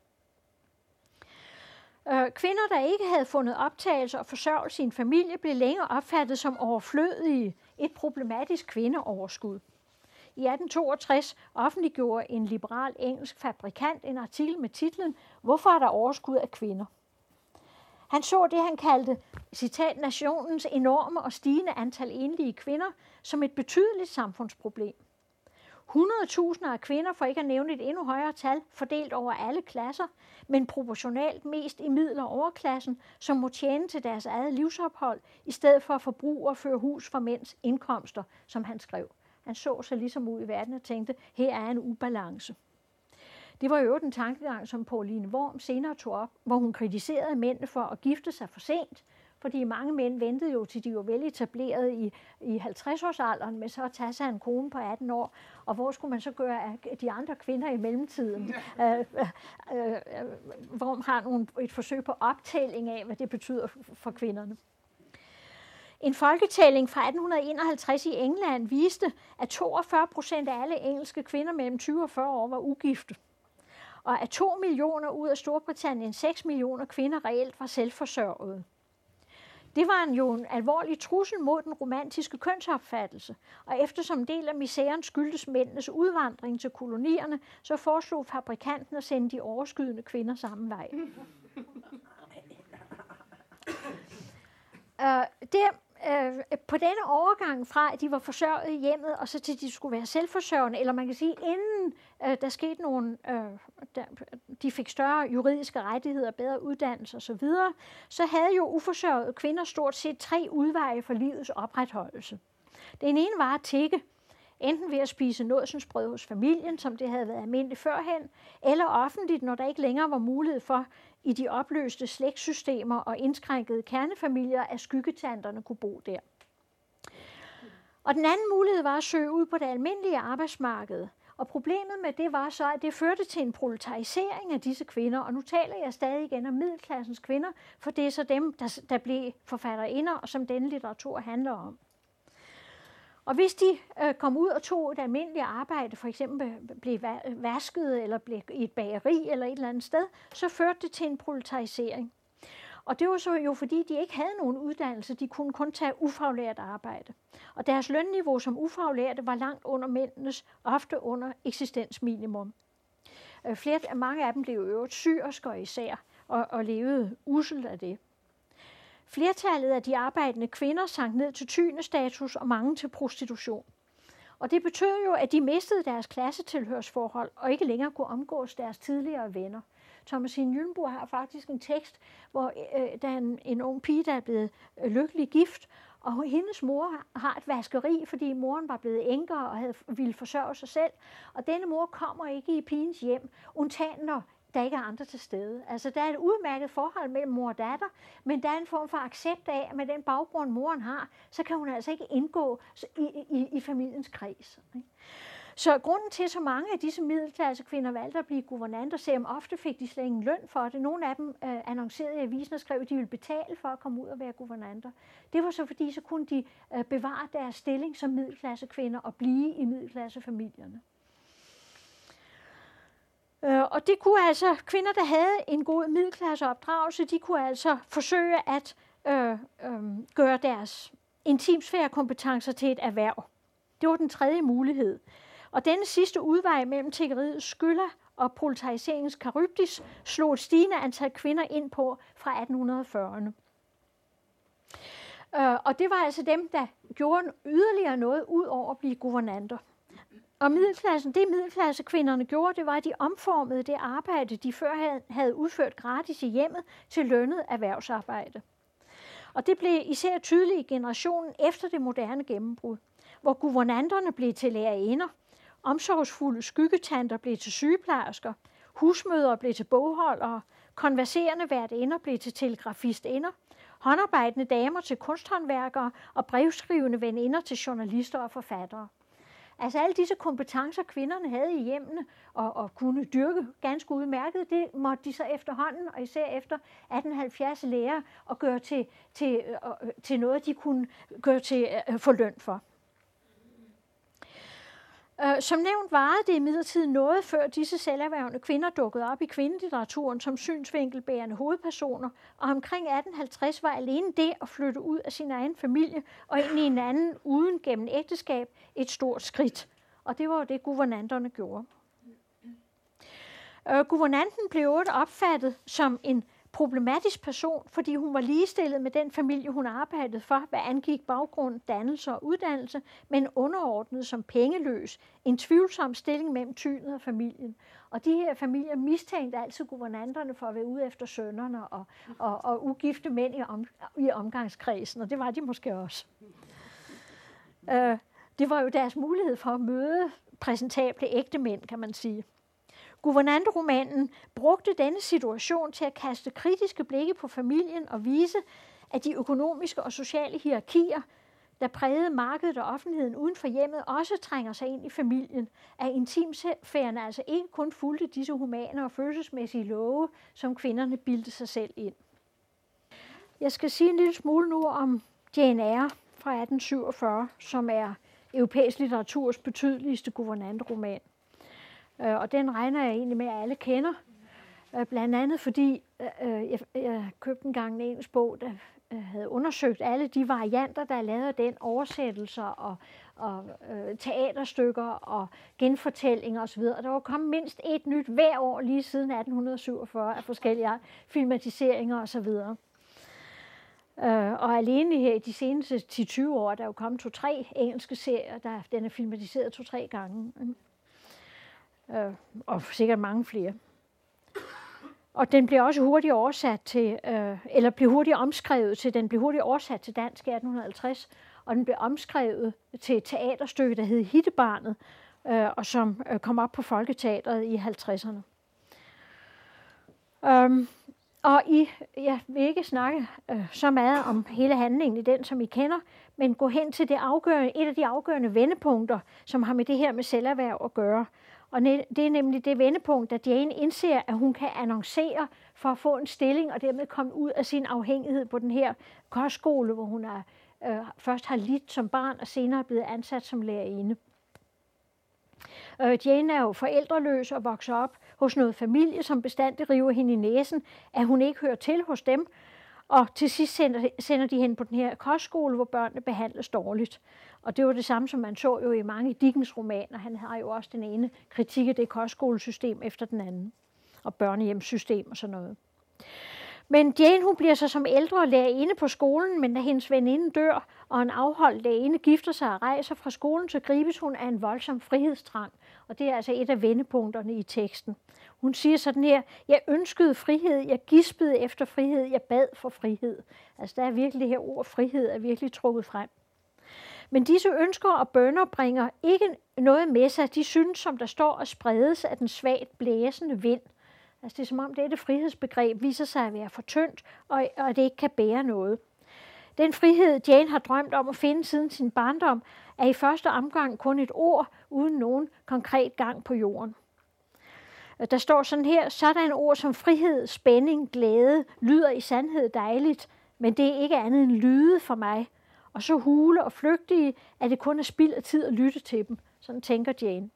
Kvinder, der ikke havde fundet optagelse og forsørgelse i en familie, blev længere opfattet som overflødige, et problematisk kvindeoverskud. I 1862 offentliggjorde en liberal engelsk fabrikant en artikel med titlen "Hvorfor er der overskud af kvinder?" Han så det, han kaldte, citat, nationens enorme og stigende antal enlige kvinder som et betydeligt samfundsproblem. 100.000 af kvinder, for ikke at nævne et endnu højere tal, fordelt over alle klasser, men proportionalt mest i middel- og overklassen, som må tjene til deres eget livsophold, i stedet for at forbruge og føre hus for mænds indkomster, som han skrev. Han så sig ligesom ud i verden og tænkte, her er en ubalance. Det var jo den tankegang, som Pauline Worm senere tog op, hvor hun kritiserede mændene for at gifte sig for sent, fordi mange mænd ventede jo til de var veletableret i 50-årsalderen, med så at tage sig en kone på 18 år. Og hvor skulle man så gøre af de andre kvinder i mellemtiden? Hvor har et forsøg på optælling af, hvad det betyder for kvinderne. En folketælling fra 1851 i England viste, at 42% af alle engelske kvinder mellem 20 og 40 år var ugifte. Og at 2 millioner ud af Storbritannien, 6 millioner kvinder reelt var selvforsørgede. Det var jo en alvorlig trussel mod den romantiske kønsopfattelse, og eftersom en del af misæren skyldtes mændenes udvandring til kolonierne, så foreslog fabrikanten at sende de overskydende kvinder samme vej. På denne overgang fra, at de var forsørget i hjemmet, og så til de skulle være selvforsørgende, eller man kan sige, inden der skete de fik større juridiske rettigheder, bedre uddannelse osv., så havde jo uforsørgede kvinder stort set 3 udveje for livets opretholdelse. Den ene var at tigge, enten ved at spise nådsensbrød hos familien, som det havde været almindeligt førhen, eller offentligt, når der ikke længere var mulighed for i de opløste slægtssystemer og indskrænkede kernefamilier, at skyggetanterne kunne bo der. Og den anden mulighed var at søge ud på det almindelige arbejdsmarked. Og problemet med det var så, at det førte til en proletarisering af disse kvinder. Og nu taler jeg stadig igen om middelklassens kvinder, for det er så dem, der blev forfatterinder, og som denne litteratur handler om. Og hvis de kom ud og tog et almindeligt arbejde, for eksempel blev vasket eller blev i et bageri eller et eller andet sted, så førte det til en proletarisering. Og det var så jo fordi, de ikke havde nogen uddannelse, de kunne kun tage ufaglært arbejde. Og deres lønniveau som ufaglærte var langt under mændenes, ofte under eksistensminimum. Mange af dem blev øvrigt syersker især, og levede usselt af det. Flertallet af de arbejdende kvinder sank ned til tynestatus og mange til prostitution. Og det betød jo, at de mistede deres klassetilhørsforhold og ikke længere kunne omgås deres tidligere venner. Thomasine Gyllenbourg har faktisk en tekst, hvor der er en ung pige, der er blevet lykkelig gift, og hendes mor har et vaskeri, fordi moren var blevet enker og ville forsørge sig selv. Og denne mor kommer ikke i pigens hjem, undtagen når der ikke er andre til stede. Altså, der er et udmærket forhold mellem mor og datter, men der er en form for accept af, at med den baggrund, moren har, så kan hun altså ikke indgå i familiens kreds. Så grunden til, at så mange af disse middelklassekvinder valgte at blive guvernanter, selvom ofte fik de slet ingen løn for det. Nogle af dem annoncerede i avisen og skrev, at de ville betale for at komme ud og være guvernanter. Det var så fordi, så kunne de bevare deres stilling som middelklassekvinder og blive i middelklassefamilierne. Og det kunne altså, kvinder, der havde en god middelklasseopdragelse, de kunne altså forsøge at gøre deres intimsfærekompetencer til et erhverv. Det var den tredje mulighed. Og denne sidste udvej mellem tiggeriets Skylla og proletariseringens Charybdis slog et stigende antal kvinder ind på fra 1840'erne. Og det var altså dem, der gjorde yderligere noget ud over at blive guvernanter. Og det middelklassekvinderne gjorde, det var, at de omformede det arbejde, de før havde udført gratis i hjemmet, til lønnet erhvervsarbejde. Og det blev især tydeligt i generationen efter det moderne gennembrud, hvor guvernanterne blev til lærerinder, omsorgsfulde skyggetanter blev til sygeplejersker, husmødre blev til bogholdere, konverserende værtinder blev til telegrafistinder, håndarbejdende damer til kunsthåndværkere og brevskrivende veninder til journalister og forfattere. Altså alle disse kompetencer, kvinderne havde i hjemmene og kunne dyrke ganske udmærket, det måtte de så efterhånden, og især efter 1870 lære at gøre til noget, de kunne gøre til at få løn for. Som nævnt varede det imidlertid noget, før disse selverhvervende kvinder dukkede op i kvindelitteraturen som synsvinkelbærende hovedpersoner, og omkring 1850 var alene det at flytte ud af sin egen familie og ind i en anden uden gennem ægteskab et stort skridt. Og det var jo det, guvernanterne gjorde. Guvernanten blev opfattet som en problematisk person, fordi hun var ligestillet med den familie, hun arbejdede for, hvad angik baggrund, dannelse og uddannelse, men underordnet som pengeløs, en tvivlsom stilling mellem tynet og familien. Og de her familier mistænkte altid guvernanterne for at være ude efter sønnerne og ugifte mænd i omgangskredsen, og det var de måske også. Det var jo deres mulighed for at møde præsentable ægte mænd, kan man sige. Guvernanteromanen brugte denne situation til at kaste kritiske blikke på familien og vise, at de økonomiske og sociale hierarkier, der prægede markedet og offentligheden uden for hjemmet, også trænger sig ind i familien, at intimsfærerne altså ikke kun fulgte disse humane og følelsesmæssige love, som kvinderne bildte sig selv ind. Jeg skal sige en lille smule nu om Jane Eyre fra 1847, som er europæisk litteraturs betydeligste guvernanteroman. Og den regner jeg egentlig med, at alle kender. Blandt andet fordi jeg købte engang en engelsk bog, havde undersøgt alle de varianter, der er lavet af den, oversættelser og teaterstykker og genfortællinger osv. Og der var kommet mindst et nyt hver år lige siden 1847 af forskellige filmatiseringer osv. Og alene her i de seneste 10-20 år, der er jo kommet 2-3 engelske serier, den er filmatiseret 2-3 gange. Og sikkert mange flere. Og den bliver også hurtigt oversat til, eller bliver hurtigt omskrevet til, den blev hurtigt oversat til dansk i 1850, og den blev omskrevet til et teaterstykke, der hed Hittebarnet, og som kom op på Folketeatret i 50'erne. Og jeg vil ikke snakke så meget om hele handlingen i den, som I kender, men gå hen til et af de afgørende vendepunkter, som har med det her med selverhverv at gøre. Og det er nemlig det vendepunkt, at Jane indser, at hun kan annoncere for at få en stilling, og dermed komme ud af sin afhængighed på den her kostskole, hvor hun først har lidt som barn, og senere er blevet ansat som lærerinde. Jane er jo forældreløs og vokser op hos noget familie, som bestandigt river hende i næsen, at hun ikke hører til hos dem. Og til sidst sender de hende på den her kostskole, hvor børnene behandles dårligt. Og det var det samme, som man så jo i mange Dickens romaner. Han har jo også den ene kritik af det kostskolesystem efter den anden. Og børnehjemssystem og sådan noget. Men Jane, hun bliver så som ældre lærerinde på skolen, men da hendes veninde dør, og en afholdt lærerinde gifter sig og rejser fra skolen, så gribes hun af en voldsom frihedstrang. Og det er altså et af vendepunkterne i teksten. Hun siger sådan her: jeg ønskede frihed, jeg gispede efter frihed, jeg bad for frihed. Altså der er virkelig det her ord frihed er virkelig trukket frem. Men disse ønsker og bønner bringer ikke noget med sig. De synes, som der står, at spredes af den svagt blæsende vind. Altså det er som om dette frihedsbegreb viser sig at være for tyndt, og at det ikke kan bære noget. Den frihed, Jane har drømt om at finde siden sin barndom, er i første omgang kun et ord, uden nogen konkret gang på jorden. Der står sådan her: sådan ord som frihed, spænding, glæde, lyder i sandhed dejligt, men det er ikke andet end lyde for mig. Og så hule og flygtige, at det kun er spild af tid at lytte til dem. Sådan tænker Jane.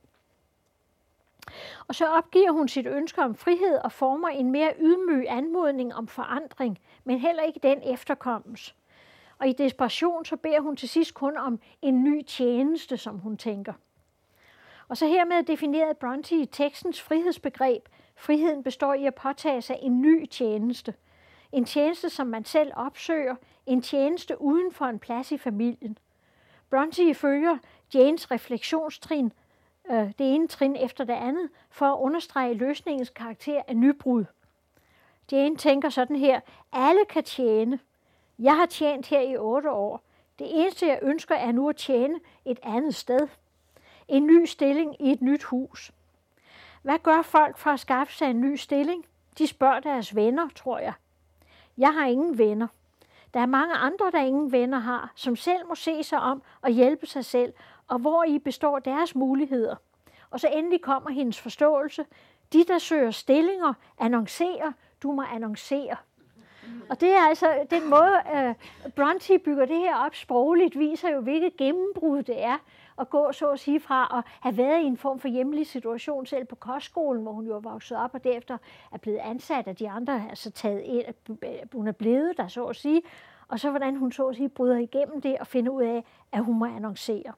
Og så opgiver hun sit ønske om frihed og former en mere ydmyg anmodning om forandring, men heller ikke den efterkommes. Og i desperation så beder hun til sidst kun om en ny tjeneste, som hun tænker. Og så hermed definerede Brontë i tekstens frihedsbegreb. Friheden består i at påtage sig en ny tjeneste. En tjeneste, som man selv opsøger. En tjeneste uden for en plads i familien. Brontë følger Janes refleksionstrin, det ene trin efter det andet, for at understrege løsningens karakter af nybrud. Jane tænker sådan her: alle kan tjene. Jeg har tjent her i 8 år. Det eneste, jeg ønsker, er nu at tjene et andet sted. En ny stilling i et nyt hus. Hvad gør folk for at skaffe sig en ny stilling? De spørger deres venner, tror jeg. Jeg har ingen venner. Der er mange andre, der ingen venner har, som selv må se sig om og hjælpe sig selv, og hvor i består deres muligheder. Og så endelig kommer hendes forståelse. De, der søger stillinger, annoncerer. Du må annoncere. Og det er altså den måde, Brontë bygger det her op sprogligt, viser jo, hvilket gennembrud det er at gå, så at sige, fra at have været i en form for hjemlig situation selv på kostskolen, hvor hun jo er vokset op, og derefter er blevet ansat af de andre, altså taget ind, hun er blevet der, så at sige, og så hvordan hun så at sige bryder igennem det og finder ud af, at hun må annoncere.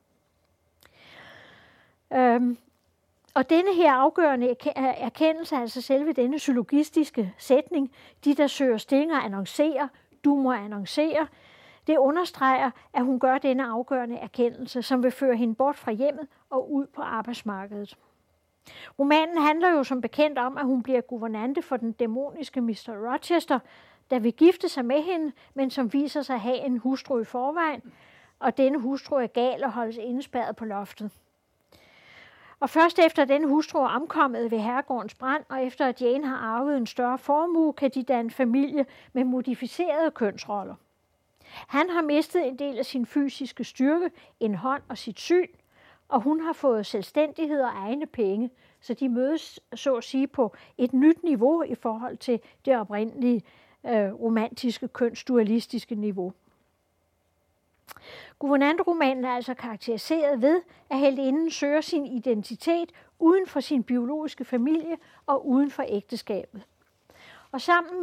Og denne her afgørende erkendelse, altså selve denne syllogistiske sætning, de der søger stillinger annoncerer, du må annoncere, det understreger, at hun gør denne afgørende erkendelse, som vil føre hende bort fra hjemmet og ud på arbejdsmarkedet. Romanen handler jo som bekendt om, at hun bliver guvernante for den dæmoniske Mr. Rochester, der vil gifte sig med hende, men som viser sig at have en hustru i forvejen, og denne hustru er gal og holdes indespærret på loftet. Og først efter denne hustru er omkommet ved herregårdens brand, og efter at Jane har arvet en større formue, kan de danne familie med modificerede kønsroller. Han har mistet en del af sin fysiske styrke, en hånd og sit syn, og hun har fået selvstændighed og egne penge, så de mødes, så at sige, på et nyt niveau i forhold til det oprindelige romantiske, kønsdualistiske niveau. Guvernanteromanen er altså karakteriseret ved, at heltinden søger sin identitet uden for sin biologiske familie og uden for ægteskabet. Og sammen med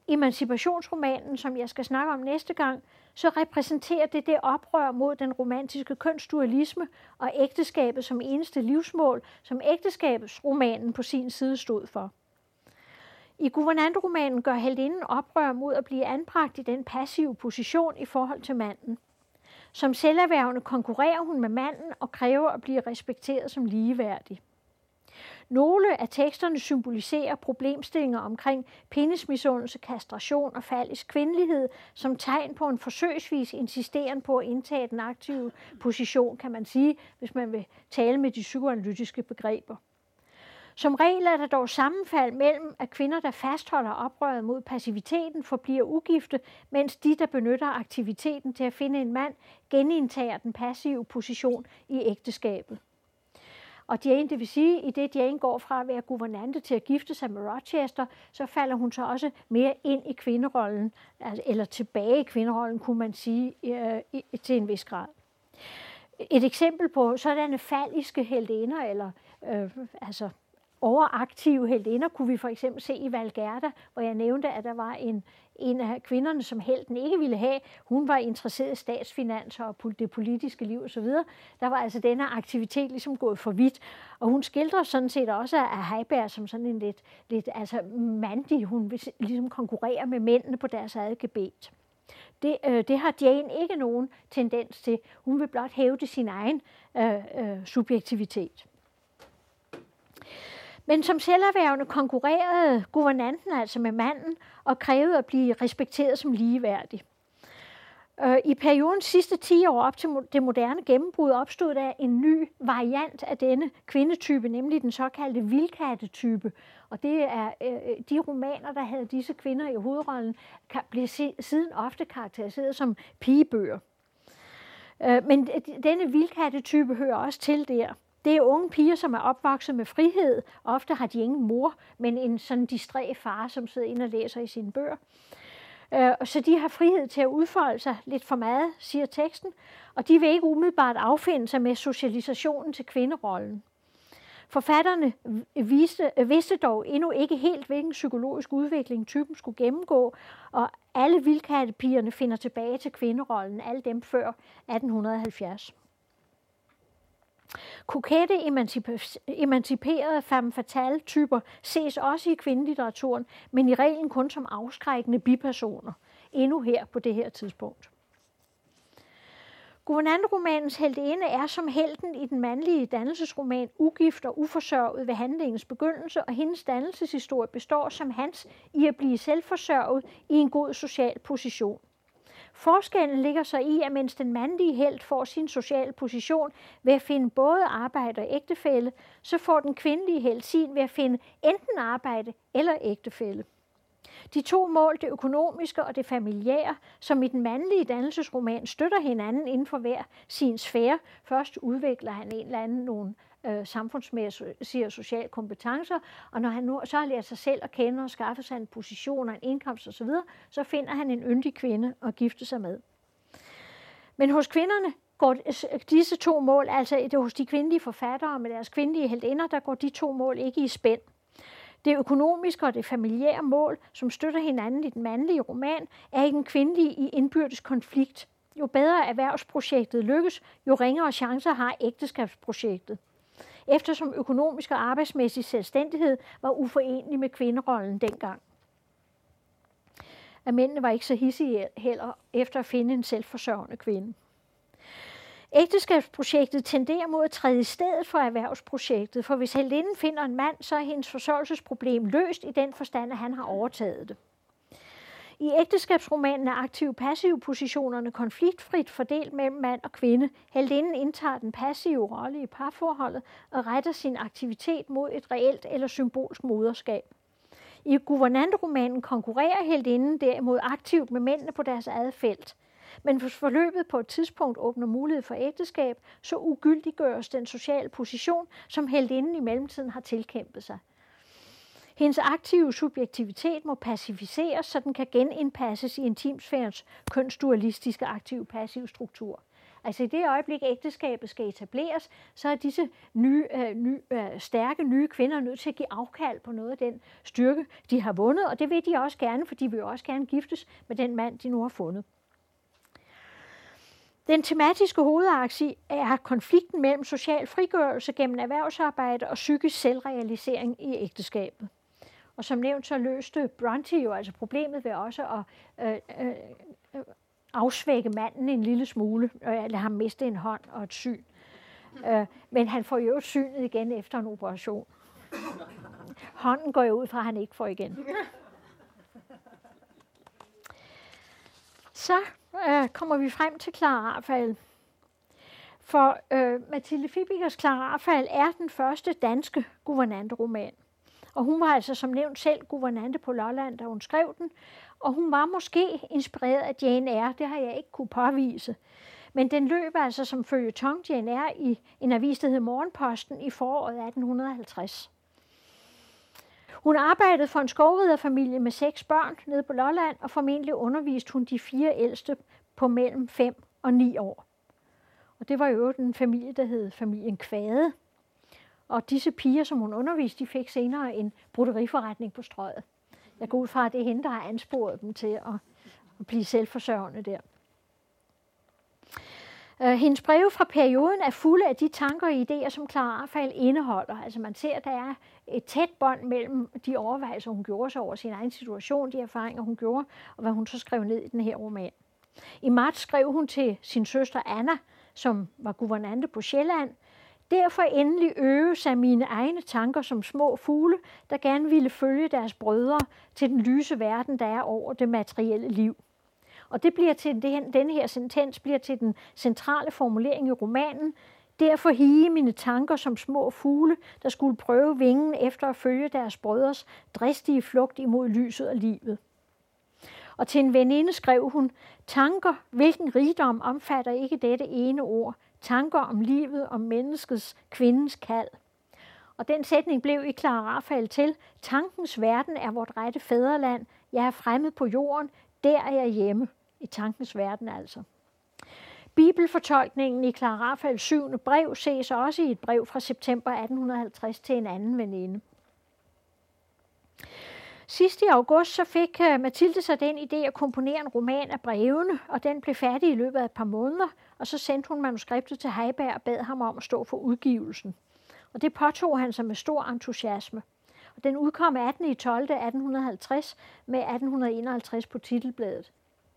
emancipationsromanen, som jeg skal snakke om næste gang, så repræsenterer det oprør mod den romantiske kønsdualisme og ægteskabet som eneste livsmål, som ægteskabsromanen på sin side stod for. I guvernanteromanen gør heltinden oprør mod at blive anbragt i den passive position i forhold til manden. Som selverhvervende konkurrerer hun med manden og kræver at blive respekteret som ligeværdig. Nogle af teksterne symboliserer problemstillinger omkring penismisundelse, kastration og fallisk kvindelighed som tegn på en forsøgsvis insisteren på at indtage den aktive position, kan man sige, hvis man vil tale med de psykoanalytiske begreber. Som regel er der dog sammenfald mellem, at kvinder, der fastholder oprøret mod passiviteten, forbliver ugifte, mens de, der benytter aktiviteten til at finde en mand, genindtager den passive position i ægteskabet. Og Jane, det vil sige, at i det Jane går fra at være guvernante til at gifte sig med Rochester, så falder hun så også mere ind i kvinderollen, eller tilbage i kvinderollen, kunne man sige, til en vis grad. Et eksempel på sådanne falliske heltinder, eller overaktive heltinder, kunne vi for eksempel se i Valgerda, hvor jeg nævnte, at der var en af kvinderne, som helten ikke ville have. Hun var interesseret i statsfinanser og det politiske liv osv. Der var altså denne aktivitet ligesom gået for vidt. Og hun skildrer sådan set også af Heiberg som sådan en lidt mandig. Hun vil ligesom konkurrere med mændene på deres eget gebet. Det har Jane ikke nogen tendens til. Hun vil blot hævde sin egen subjektivitet. Men som selverhvervende konkurrerede guvernanten altså med manden og krævede at blive respekteret som ligeværdig. I periodens sidste 10 år op til det moderne gennembrud opstod der en ny variant af denne kvindetype, nemlig den såkaldte vildkattetype. Og det er de romaner, der havde disse kvinder i hovedrollen, blev siden ofte karakteriseret som pigebøger. Men denne vildkattetype hører også til der. Det er unge piger, som er opvokset med frihed. Ofte har de ingen mor, men en sådan distræ far, som sidder inde og læser i sine bøger. Så de har frihed til at udfolde sig lidt for meget, siger teksten, og de vil ikke umiddelbart affinde sig med socialisationen til kvinderollen. Forfatterne vidste dog endnu ikke helt, hvilken psykologisk udvikling typen skulle gennemgå, og alle vildkattepigerne finder tilbage til kvinderollen, alle dem før 1870. Kokette, emanciperede femme fatale-typer ses også i kvindelitteraturen, men i reglen kun som afskrækkende bipersoner, endnu her på det her tidspunkt. Guvernanteromanens heltinde er som helten i den mandlige dannelsesroman ugift og uforsørget ved handlingens begyndelse, og hendes dannelseshistorie består som hans i at blive selvforsørget i en god social position. Forskellen ligger så i, at mens den mandlige helt får sin sociale position ved at finde både arbejde og ægtefælle, så får den kvindelige helt sin ved at finde enten arbejde eller ægtefælle. De to mål, det økonomiske og det familiære, som i den mandlige dannelsesroman støtter hinanden inden for hver sin sfære. Først udvikler han en eller anden nogle samfundsmæssige og sociale kompetencer, og når han nu så har lært sig selv at kende og skaffe sig en position og en indkomst osv., så finder han en yndig kvinde at gifte sig med. Men hos kvinderne går disse to mål, altså hos de kvindelige forfattere med deres kvindelige heltinder, der går de to mål ikke i spænd. Det økonomiske og det familiære mål, som støtter hinanden i den mandlige roman, er i den kvindelige i indbyrdes konflikt. Jo bedre erhvervsprojektet lykkes, jo ringere chancer har ægteskabsprojektet. Eftersom økonomisk og arbejdsmæssig selvstændighed var uforenelig med kvinderollen dengang. At mændene var ikke så hidsige heller efter at finde en selvforsørgende kvinde. Ægteskabsprojektet tenderer mod at træde i stedet for erhvervsprojektet, for hvis heltinden finder en mand, så er hendes forsørgelsesproblem løst i den forstand, at han har overtaget det. I ægteskabsromanen er aktiv-passiv positionerne konfliktfrit fordelt mellem mand og kvinde. Heltinden indtager den passive rolle i parforholdet og retter sin aktivitet mod et reelt eller symbolsk moderskab. I guvernanteromanen konkurrerer heltinden derimod aktivt med mændene på deres eget felt. Men hvis forløbet på et tidspunkt åbner mulighed for ægteskab, så ugyldiggøres den sociale position, som heltinden i mellemtiden har tilkæmpet sig. Hendes aktive subjektivitet må pacificeres, så den kan genindpasses i intimsfærens kønsdualistiske aktiv-passiv struktur. Altså i det øjeblik, ægteskabet skal etableres, så er disse stærke nye kvinder nødt til at give afkald på noget af den styrke, de har vundet, og det vil de også gerne, for de vil også gerne giftes med den mand, de nu har fundet. Den tematiske hovedakse er konflikten mellem social frigørelse gennem erhvervsarbejde og psykisk selvrealisering i ægteskabet. Og som nævnt, så løste Brontë jo altså problemet ved også at afsvække manden en lille smule, og lade ham miste en hånd og et syn. Men han får jo synet igen efter en operation. Hånden går jo ud fra, at han ikke får igen. Så kommer vi frem til Clara Rafael. For Mathilde Fibicers Clara Rafael er den første danske guvernanteroman. Og hun var altså som nævnt selv guvernante på Lolland, da hun skrev den. Og hun var måske inspireret af Jane Eyre, det har jeg ikke kunne påvise. Men den løb altså som føljeton Jane Eyre i en avis, der hed Morgenposten i foråret 1850. Hun arbejdede for en skovriderfamilie med 6 børn nede på Lolland, og formentlig underviste hun de 4 ældste på mellem 5 og 9 år. Og det var jo en familie, der hed familien Kvade. Og disse piger, som hun underviste, de fik senere en broderiforretning på Strøget. Jeg går ud fra, at det er hende, der har ansporet dem til at blive selvforsørgende der. Hendes breve fra perioden er fulde af de tanker og idéer, som Clara Rafael indeholder. Altså man ser, at der er et tæt bånd mellem de overvejelser, hun gjorde sig over sin egen situation, de erfaringer, hun gjorde, og hvad hun så skrev ned i den her roman. I marts skrev hun til sin søster Anna, som var guvernante på Sjælland: "Derfor endelig øve sig mine egne tanker som små fugle, der gerne ville følge deres brødre til den lyse verden, der er over det materielle liv." Og det bliver til den her sentens bliver til den centrale formulering i romanen: "Derfor hige mine tanker som små fugle, der skulle prøve vingen efter at følge deres brødres dristige flugt imod lyset og livet." Og til en veninde skrev hun: "Tanker, hvilken rigdom omfatter ikke dette ene ord? Tanker om livet, om menneskets, kvindens kald." Og den sætning blev i Clara Rafael til: "Tankens verden er vort rette fædreland. Jeg er fremmed på jorden. Der er jeg hjemme." I tankens verden altså. Bibelfortolkningen i Clara Rafaels 7. brev ses også i et brev fra september 1850 til en anden veninde. Sidst i august så fik Mathilde sig den idé at komponere en roman af brevene, og den blev færdig i løbet af et par måneder, og så sendte hun manuskriptet til Heiberg og bad ham om at stå for udgivelsen. Og det påtog han sig med stor entusiasme. Og den udkom 18.12.1850 med 1851 på titelbladet.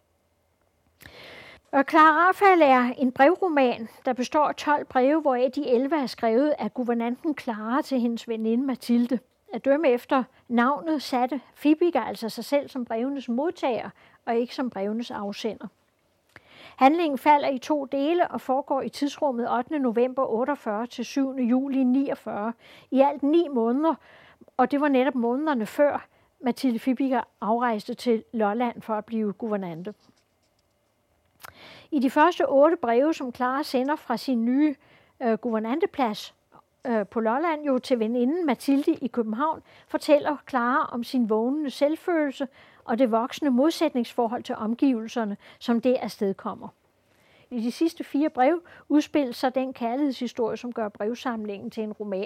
Clara Rafael er en brevroman, der består af 12 breve, hvoraf de 11 er skrevet af guvernanten Clara til hendes veninde Mathilde. At dømme efter navnet satte Fibiger altså sig selv som brevenes modtager, og ikke som brevenes afsender. Handlingen falder i 2 dele og foregår i tidsrummet 8. november 48 til 7. juli 49. I alt 9 måneder, og det var netop månederne før Mathilde Fibiger afrejste til Lolland for at blive guvernante. I de første 8 breve, som Clara sender fra sin nye guvernanteplads på Lolland jo til veninden Mathilde i København, fortæller Clara om sin vågnende selvfølelse og det voksende modsætningsforhold til omgivelserne, som det afstedkommer. I de sidste 4 brev udspiller sig den kærlighedshistorie, som gør brevsamlingen til en roman.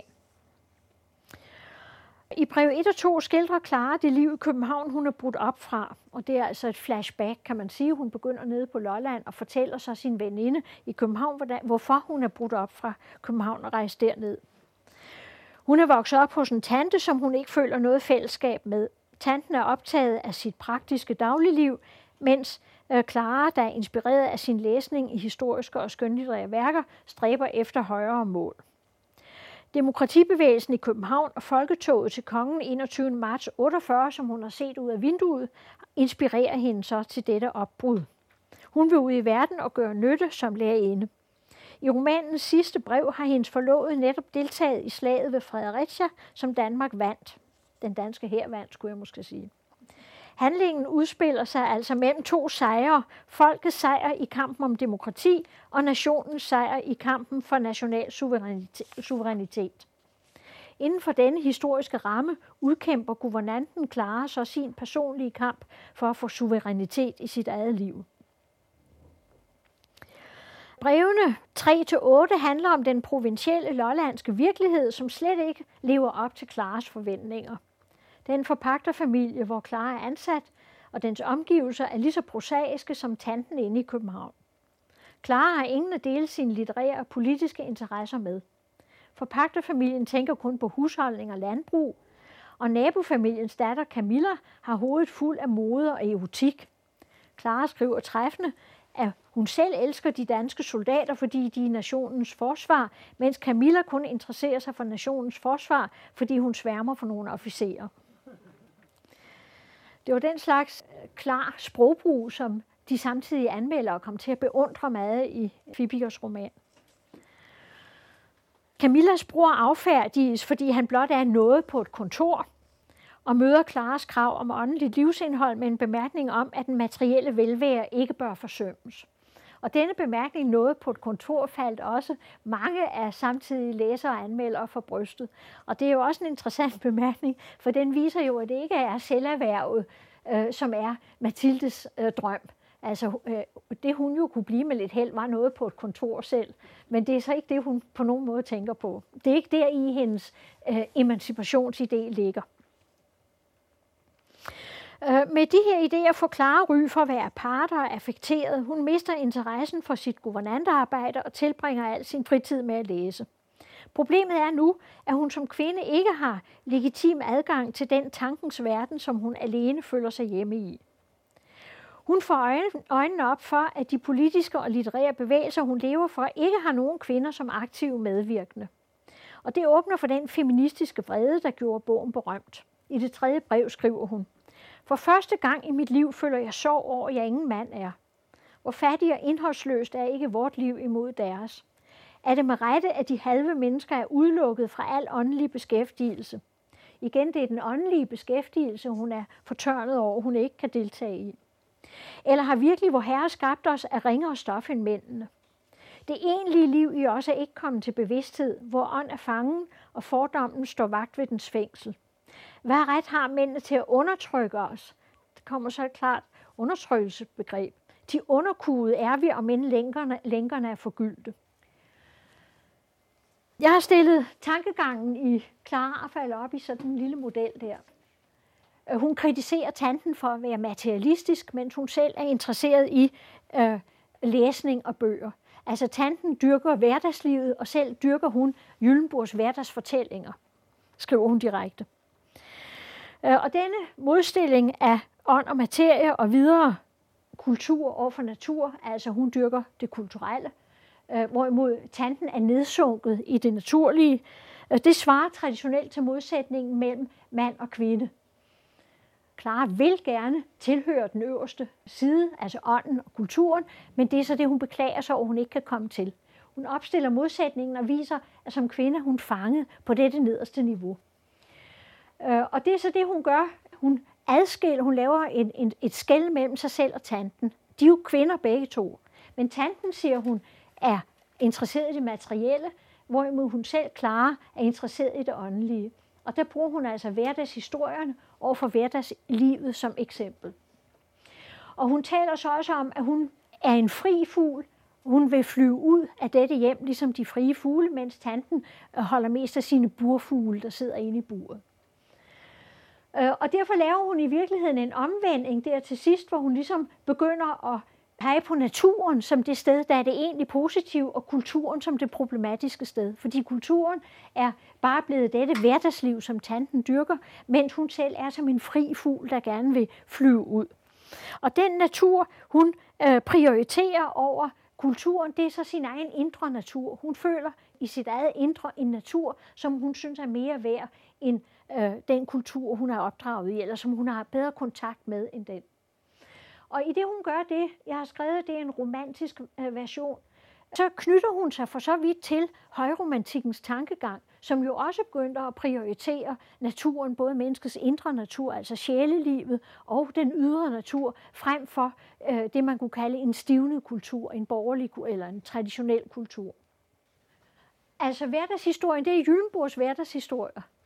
I brev 1 og 2 skildrer Clara det liv i København, hun er brudt op fra. Og det er altså et flashback, kan man sige. Hun begynder nede på Lolland og fortæller så sin veninde i København, hvorfor hun er brudt op fra København og rejst derned. Hun er vokset op hos en tante, som hun ikke føler noget fællesskab med. Tanten er optaget af sit praktiske dagligliv, mens Clara, der er inspireret af sin læsning i historiske og skønlitterære værker, stræber efter højere mål. Demokratibevægelsen i København og folketoget til kongen 21. marts 48, som hun har set ud af vinduet, inspirerer hende så til dette opbrud. Hun vil ud i verden og gøre nytte som lærerinde. I romanens sidste brev har hendes forlovede netop deltaget i slaget ved Fredericia, som Danmark vandt. Den danske hær vandt, skulle jeg måske sige. Handlingen udspiller sig altså mellem 2 sejre: folkets sejr i kampen om demokrati og nationens sejr i kampen for national suverænitet. Inden for denne historiske ramme udkæmper guvernanten Clara så sin personlige kamp for at få suverænitet i sit eget liv. Brevene 3-8 handler om den provincielle lollandske virkelighed, som slet ikke lever op til Claras forventninger. Den forpagterfamilie, hvor Clara er ansat, og dens omgivelser er lige så prosaiske som tanten inde i København. Clara har ingen at dele sine litterære og politiske interesser med. Forpagterfamilien tænker kun på husholdning og landbrug, og nabofamiliens datter Camilla har hovedet fuld af mode og erotik. Clara skriver træffende, at hun selv elsker de danske soldater, fordi de er nationens forsvar, mens Camilla kun interesserer sig for nationens forsvar, fordi hun sværmer for nogle officerer. Det var den slags klar sprogbrug, som de samtidige anmeldere kom til at beundre meget i Fibikers roman. Camillas bror affærdiges, fordi han blot er noget på et kontor, og møder Claras krav om åndeligt livsindhold med en bemærkning om, at den materielle velvære ikke bør forsømmes. Og denne bemærkning noget på et kontor faldt også mange af samtidige læsere og anmeldere for brystet. Og det er jo også en interessant bemærkning, for den viser jo, at det ikke er selverhvervet, som er Mathildes drøm. Altså det hun jo kunne blive med lidt held, var noget på et kontor selv. Men det er så ikke det, hun på nogen måde tænker på. Det er ikke der i hendes emancipationsidé ligger. Med de her idéer får Clara ry for at være parter og affekteret. Hun mister interessen for sit guvernantearbejde og tilbringer al sin fritid med at læse. Problemet er nu, at hun som kvinde ikke har legitim adgang til den tankens verden, som hun alene føler sig hjemme i. Hun får øjnene op for, at de politiske og litterære bevægelser, hun lever for, ikke har nogen kvinder som aktive medvirkende. Og det åbner for den feministiske vrede, der gjorde bogen berømt. I det 3. brev skriver hun: For første gang i mit liv føler jeg sorg over, at jeg ingen mand er. Hvor fattig og indholdsløst er ikke vort liv imod deres. Er det med rette, at de halve mennesker er udelukket fra al åndelig beskæftigelse? Igen, det er den åndelige beskæftigelse, hun er fortørnet over, hun ikke kan deltage i. Eller har virkelig vor Herre skabt os af ringere stof end mændene? Det egentlige liv i os er ikke kommet til bevidsthed, hvor ånd er fangen, og fordommen står vagt ved dens fængsel. Hvad ret har mændene til at undertrykke os? Det kommer så et klart undertrykkelsesbegreb. De underkuede er vi, om end lænkerne er forgyldte. Jeg har stillet tankegangen i Clara falder op i sådan en lille model der. Hun kritiserer tanten for at være materialistisk, mens hun selv er interesseret i læsning og bøger. Altså tanten dyrker hverdagslivet, og selv dyrker hun Gyllenbourgs hverdagsfortællinger, skriver hun direkte. Og denne modstilling af ånd og materie og videre kultur over for natur, altså hun dyrker det kulturelle, hvorimod tanten er nedsunket i det naturlige, det svarer traditionelt til modsætningen mellem mand og kvinde. Clara vil gerne tilhøre den øverste side, altså ånden og kulturen, men det er så det, hun beklager sig over, hun ikke kan komme til. Hun opstiller modsætningen og viser, at som kvinde hun fanget på dette nederste niveau. Og det er så det, hun gør. Hun adskiller, hun laver et skel mellem sig selv og tanten. De er jo kvinder begge to. Men tanten, siger hun, er interesseret i det materielle, hvorimod hun selv, Clara, er interesseret i det åndelige. Og der bruger hun altså hverdagshistorierne over for hverdagslivet som eksempel. Og hun taler så også om, at hun er en fri fugl. Hun vil flyve ud af dette hjem, ligesom de frie fugle, mens tanten holder mest af sine burfugle, der sidder inde i buret. Og derfor laver hun i virkeligheden en omvending der til sidst, hvor hun ligesom begynder at pege på naturen som det sted, der er det egentlig positive, og kulturen som det problematiske sted. Fordi kulturen er bare blevet dette hverdagsliv, som tanten dyrker, mens hun selv er som en fri fugl, der gerne vil flyve ud. Og den natur, hun prioriterer over kulturen, det er så sin egen indre natur. Hun føler i sit eget indre en natur, som hun synes er mere værd end den kultur, hun er opdraget i, eller som hun har bedre kontakt med end den. Og i det, hun gør det, jeg har skrevet, det er en romantisk version, så knytter hun sig for så vidt til højromantikkens tankegang, som jo også begyndte at prioritere naturen, både menneskets indre natur, altså sjælelivet, og den ydre natur, frem for det, man kunne kalde en stivnet kultur, en borgerlig eller en traditionel kultur. Altså hverdagshistorien, det er Gyllenbourgs hverdagshistorier.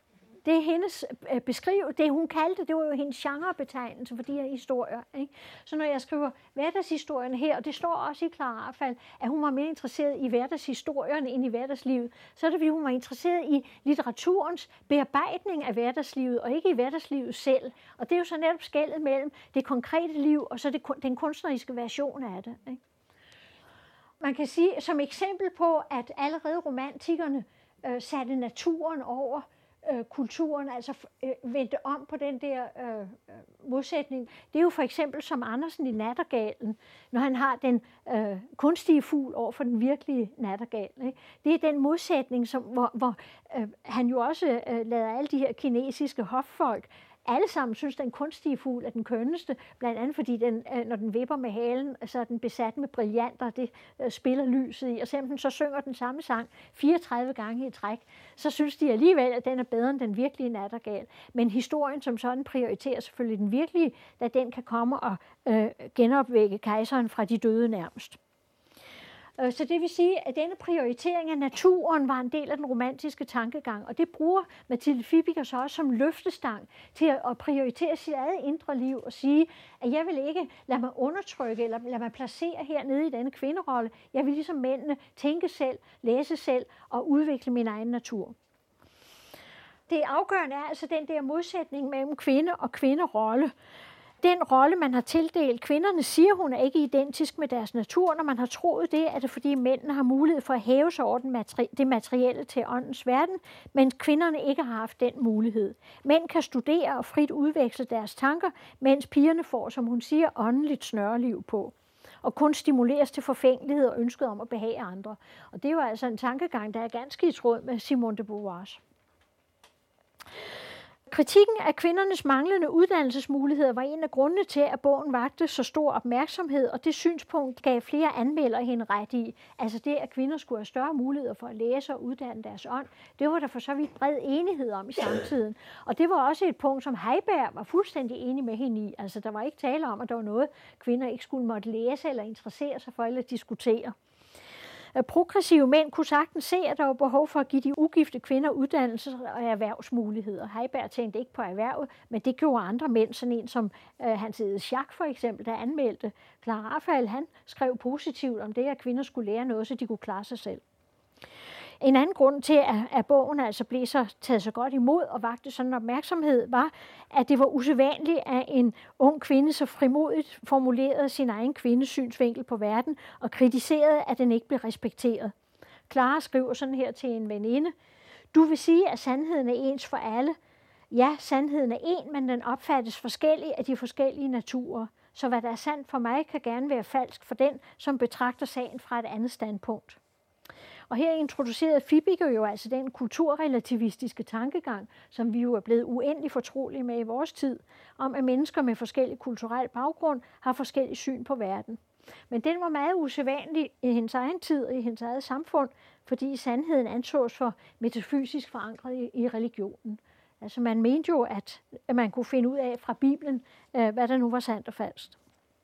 Det er hendes det hun kaldte, det var jo hendes genrebetegnelse for de her historier. Ikke? Så når jeg skriver hverdagshistorien her, og det står også i Clara Arfald, at hun var mere interesseret i hverdagshistorierne end i hverdagslivet, så er det, fordi hun var interesseret i litteraturens bearbejdning af hverdagslivet, og ikke i hverdagslivet selv. Og det er jo så netop skellet mellem det konkrete liv, og så den kunstneriske version af det. Ikke? Man kan sige, som eksempel på, at allerede romantikerne satte naturen over kulturen, altså vendte om på den der modsætning. Det er jo for eksempel som Andersen i Nattergalen, når han har den kunstige fugl over for den virkelige nattergal. Ikke? Det er den modsætning, hvor han jo også lader alle de her kinesiske hoffolk alle sammen synes, den kunstige fugl er den kønneste, blandt andet fordi den, når den vipper med halen, så er den besat med brillanter, det spiller lyset i, og selvom den så synger den samme sang 34 gange i træk, så synes de alligevel, at den er bedre end den virkelige nattergal. Men historien som sådan prioriterer selvfølgelig den virkelige, da den kan komme og genopvække kejseren fra de døde nærmest. Så det vil sige, at denne prioritering af naturen var en del af den romantiske tankegang, og det bruger Mathilde Fibiger så også som løftestang til at prioritere sit eget indre liv og sige, at jeg vil ikke lade mig undertrykke eller lade mig placere hernede i denne kvinderolle. Jeg vil ligesom mændene tænke selv, læse selv og udvikle min egen natur. Det afgørende er altså den der modsætning mellem kvinde og kvinderolle. Den rolle, man har tildelt kvinderne, siger hun er ikke identisk med deres natur. Når man har troet det, er det fordi mændene har mulighed for at hæve sig over det materielle til åndens verden, mens kvinderne ikke har haft den mulighed. Mænd kan studere og frit udveksle deres tanker, mens pigerne får, som hun siger, åndeligt snørreliv på. Og kun stimuleres til forfængelighed og ønsket om at behage andre. Og det er jo altså en tankegang, der er ganske i tråd med Simone de Beauvoirs. Kritikken af kvindernes manglende uddannelsesmuligheder var en af grundene til, at bogen vakte så stor opmærksomhed, og det synspunkt gav flere anmeldere hende ret i. Altså det, at kvinder skulle have større muligheder for at læse og uddanne deres ånd, det var der for så vidt bred enighed om i samtiden. Og det var også et punkt, som Heiberg var fuldstændig enig med hende i. Altså der var ikke tale om, at der var noget, kvinder ikke skulle måtte læse eller interessere sig for eller diskutere. Progressive mænd kunne sagtens se, at der var behov for at give de ugifte kvinder uddannelses- og erhvervsmuligheder. Heiberg tænkte ikke på erhvervet, men det gjorde andre mænd, sådan en som Hans Ede Schack for eksempel, der anmeldte. Clara Arfald, han skrev positivt om det, at kvinder skulle lære noget, så de kunne klare sig selv. En anden grund til, at bogen altså blev så taget så godt imod og vakte sådan en opmærksomhed, var, at det var usædvanligt, at en ung kvinde så frimodigt formulerede sin egen kvindesynsvinkel på verden og kritiserede, at den ikke blev respekteret. Clara skriver sådan her til en veninde: "Du vil sige, at sandheden er ens for alle. Ja, sandheden er en, men den opfattes forskelligt af de forskellige naturer. Så hvad der er sandt for mig, kan gerne være falsk for den, som betragter sagen fra et andet standpunkt." Og her introducerede Fibiger jo altså den kulturrelativistiske tankegang, som vi jo er blevet uendelig fortrolige med i vores tid, om at mennesker med forskellig kulturel baggrund har forskellig syn på verden. Men den var meget usædvanlig i hendes egen tid og i hendes eget samfund, fordi sandheden ansås for metafysisk forankret i religionen. Altså man mente jo, at man kunne finde ud af fra Bibelen, hvad der nu var sandt og falsk.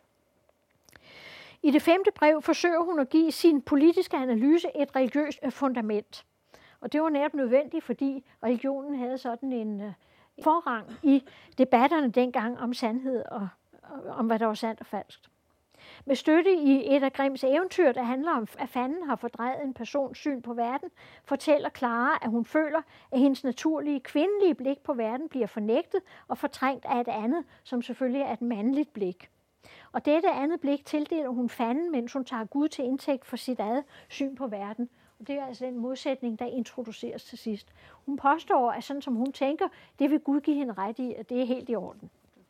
I det 5. brev forsøger hun at give sin politiske analyse et religiøst fundament. Og det var netop nødvendigt, fordi religionen havde sådan en forrang i debatterne dengang om sandhed og om, hvad der var sandt og falskt. Med støtte i et af Grimms eventyr, der handler om, at fanden har fordrejet en persons syn på verden, fortæller Clara, at hun føler, at hendes naturlige kvindelige blik på verden bliver fornægtet og fortrængt af et andet, som selvfølgelig er et mandligt blik. Og dette andet blik tildeler hun fanden, mens hun tager Gud til indtægt for sit eget syn på verden. Og det er altså den modsætning, der introduceres til sidst. Hun påstår, at sådan som hun tænker, det vil Gud give hende ret i, at det er helt i orden.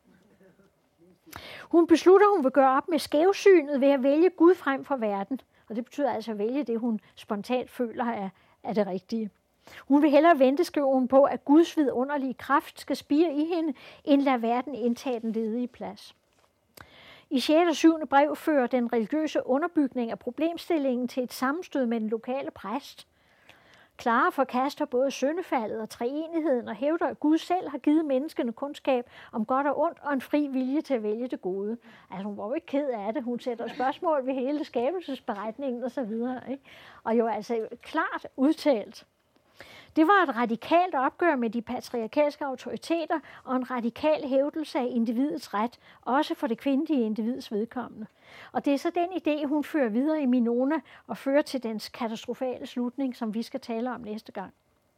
Hun beslutter, at hun vil gøre op med skævsynet ved at vælge Gud frem for verden. Og det betyder altså at vælge det, hun spontant føler er det rigtige. Hun vil hellere vente, skriver hun, på, at Guds vidunderlige kraft skal spire i hende, end lade verden indtage den ledige plads. I 6. og 7. brev fører den religiøse underbygning af problemstillingen til et sammenstød med den lokale præst. Clara forkaster både syndefaldet og treenigheden og hævder, at Gud selv har givet menneskene kundskab om godt og ondt og en fri vilje til at vælge det gode. Altså hun var jo ikke ked af det. Hun sætter spørgsmål ved hele skabelsesberetningen osv. Og jo altså klart udtalt. Det var et radikalt opgør med de patriarkalske autoriteter og en radikal hævdelse af individets ret, også for det kvindelige individs vedkommende. Og det er så den idé, hun fører videre i Minona og fører til dens katastrofale slutning, som vi skal tale om næste gang.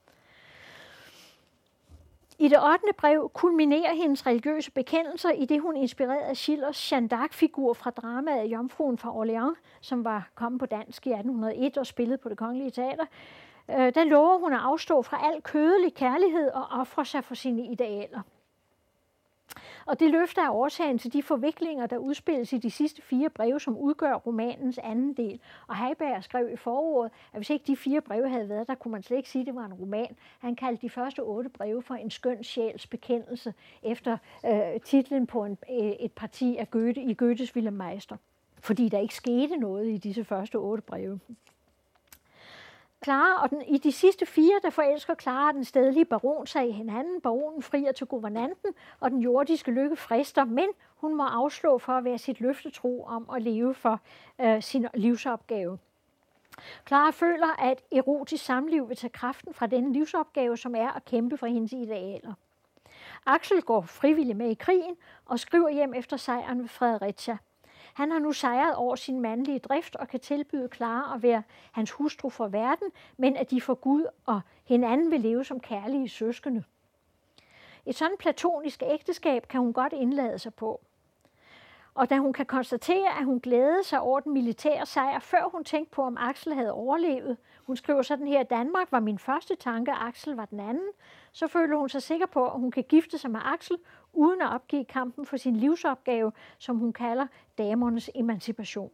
I det 8. brev kulminerer hendes religiøse bekendelser, i det hun inspireret af Schillers Jeanne d'Arc-figur fra dramaet Jomfruen fra Orléans, som var kommet på dansk i 1801 og spillet på Det Kongelige Teater. Der lover hun at afstå fra al kødelig kærlighed og ofre sig for sine idealer. Og det løfter er årsagen til de forviklinger, der udspilles i de sidste 4 breve, som udgør romanens anden del. Og Heiberg skrev i forordet, at hvis ikke de 4 breve havde været der, kunne man slet ikke sige, at det var en roman. Han kaldte de første 8 breve for en skøn sjæls bekendelse, efter titlen på et parti af Goethe i Goethes Wilhelm Meister. Fordi der ikke skete noget i disse første 8 breve. Clara, og i de sidste 4, der forelsker Clara den stedlige baron sig i hinanden. Baronen frier til guvernanten, og den jordiske lykke frister, men hun må afslå for at være sit løftetro om at leve for sin livsopgave. Clara føler, at erotisk samliv vil tage kraften fra denne livsopgave, som er at kæmpe for hendes idealer. Axel går frivilligt med i krigen og skriver hjem efter sejren ved Fredericia. Han har nu sejret over sin mandlige drift og kan tilbyde Clara at være hans hustru for verden, men at de for Gud og hinanden vil leve som kærlige søskende. Et sådan platonisk ægteskab kan hun godt indlade sig på. Og da hun kan konstatere, at hun glædede sig over den militære sejr, før hun tænkte på, om Axel havde overlevet, hun skriver sådan her: Danmark var min første tanke, Axel var den anden, så føler hun sig sikker på, at hun kan gifte sig med Axel, uden at opgive kampen for sin livsopgave, som hun kalder damernes emancipation.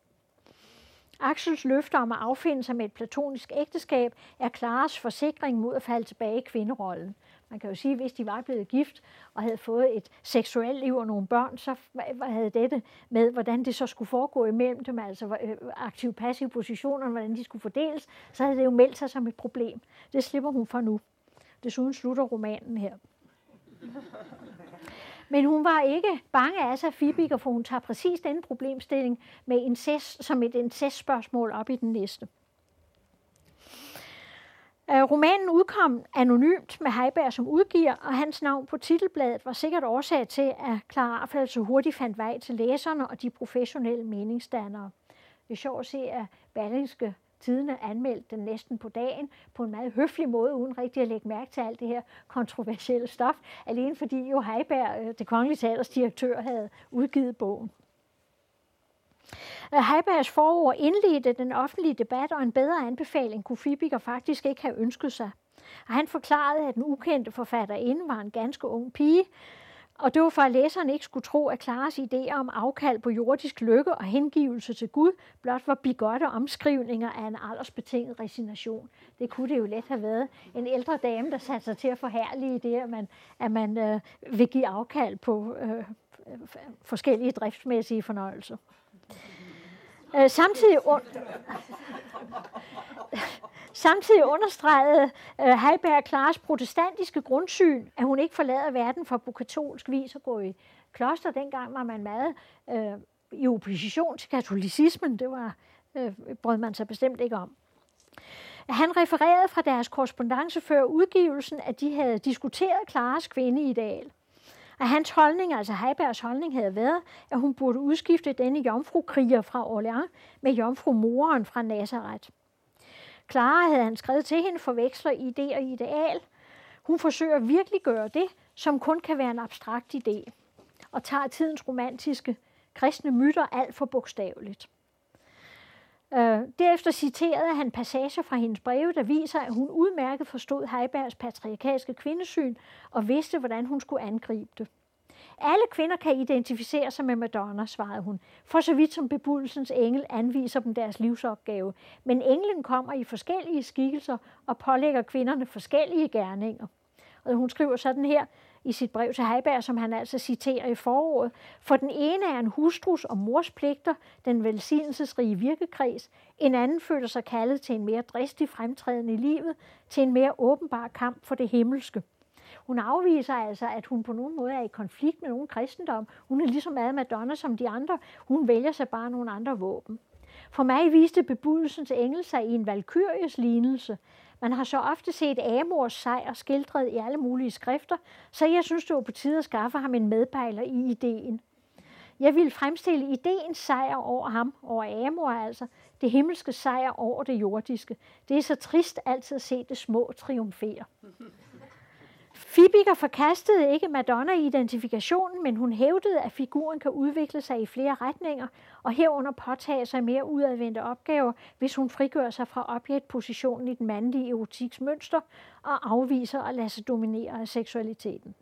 Axels løfter om at affinde sig med et platonisk ægteskab er Claras forsikring mod at falde tilbage i kvinderollen. Man kan jo sige, at hvis de var blevet gift og havde fået et seksuelt liv og nogle børn, så havde dette med, hvordan det så skulle foregå imellem dem, altså aktiv-passiv positioner, hvordan de skulle fordeles, så havde det jo meldt sig som et problem. Det slipper hun for nu. Desuden slutter romanen her. Men hun var ikke bange af sig, Fibiger, for hun tager præcis denne problemstilling med incest som et incestspørgsmål op i den næste. Romanen udkom anonymt med Heiberg som udgiver, og hans navn på titelbladet var sikkert årsag til, at Clara Arfeldt så hurtigt fandt vej til læserne og de professionelle meningsdannere. Det er sjovt at se, at Berlingske Tidende anmeldte den næsten på dagen på en meget høflig måde, uden rigtig at lægge mærke til alt det her kontroversielle stof, alene fordi jo Heiberg, Det Kongelige Teaters direktør, havde udgivet bogen. Heibergs forord indledte den offentlige debat, og en bedre anbefaling kunne Fibiger faktisk ikke have ønsket sig. Og han forklarede, at den ukendte forfatterinde var en ganske ung pige, og det var for, at læseren ikke skulle tro, at Claras idéer om afkald på jordisk lykke og hengivelse til Gud blot var bigotte omskrivninger af en aldersbetinget resignation. Det kunne det jo let have været. En ældre dame, der satte sig til at forherlige det, at man vil give afkald på forskellige driftsmæssige fornøjelser. Samtidig understregede Heiberg Claras protestantiske grundsyn, at hun ikke forlader verden for på katolsk vis at gå i kloster. Dengang var man meget i opposition til katolicismen. Det brød man sig bestemt ikke om. Han refererede fra deres korrespondance før udgivelsen, at de havde diskuteret Claras kvindeideal. Og hans holdning, altså Heibergs holdning, havde været, at hun burde udskifte denne jomfrukriger fra Orléans med jomfrumoren fra Nazareth. Clara, havde han skrevet til hende, forveksler idé og ideal. Hun forsøger at virkelig gøre det, som kun kan være en abstrakt idé, og tager tidens romantiske kristne myter alt for bogstaveligt. Derefter citerede han passager fra hendes breve, der viser, at hun udmærket forstod Heibergs patriarkalske kvindesyn og vidste, hvordan hun skulle angribe det. Alle kvinder kan identificere sig med Madonna, svarede hun, for så vidt som bebudelsens engel anviser dem deres livsopgave. Men englen kommer i forskellige skikkelser og pålægger kvinderne forskellige gerninger. Og hun skriver sådan her i sit brev til Heiberg, som han altså citerer i forordet: for den ene er en hustrus og mors pligter, den velsignelsesrige virkekreds. En anden føler sig kaldet til en mere dristig fremtræden i livet, til en mere åbenbar kamp for det himmelske. Hun afviser altså, at hun på nogen måde er i konflikt med nogen kristendom. Hun er ligesom meget Madonna som de andre. Hun vælger sig bare nogle andre våben. For mig viste bebudelsens engel sig i en valkyries lignelse. Man har så ofte set Amors sejr skildret i alle mulige skrifter, så jeg synes, det var på tide at skaffe ham en medbejler i ideen. Jeg ville fremstille ideens sejr over ham, over Amor altså, det himmelske sejr over det jordiske. Det er så trist altid at se det små triumfere. Fibiger forkastede ikke Madonna-identifikationen, men hun hævdede, at figuren kan udvikle sig i flere retninger, og herunder påtage sig mere udadvendte opgaver, hvis hun frigør sig fra objektpositionen i den mandlige erotiks mønster og afviser at lade sig dominere af seksualiteten.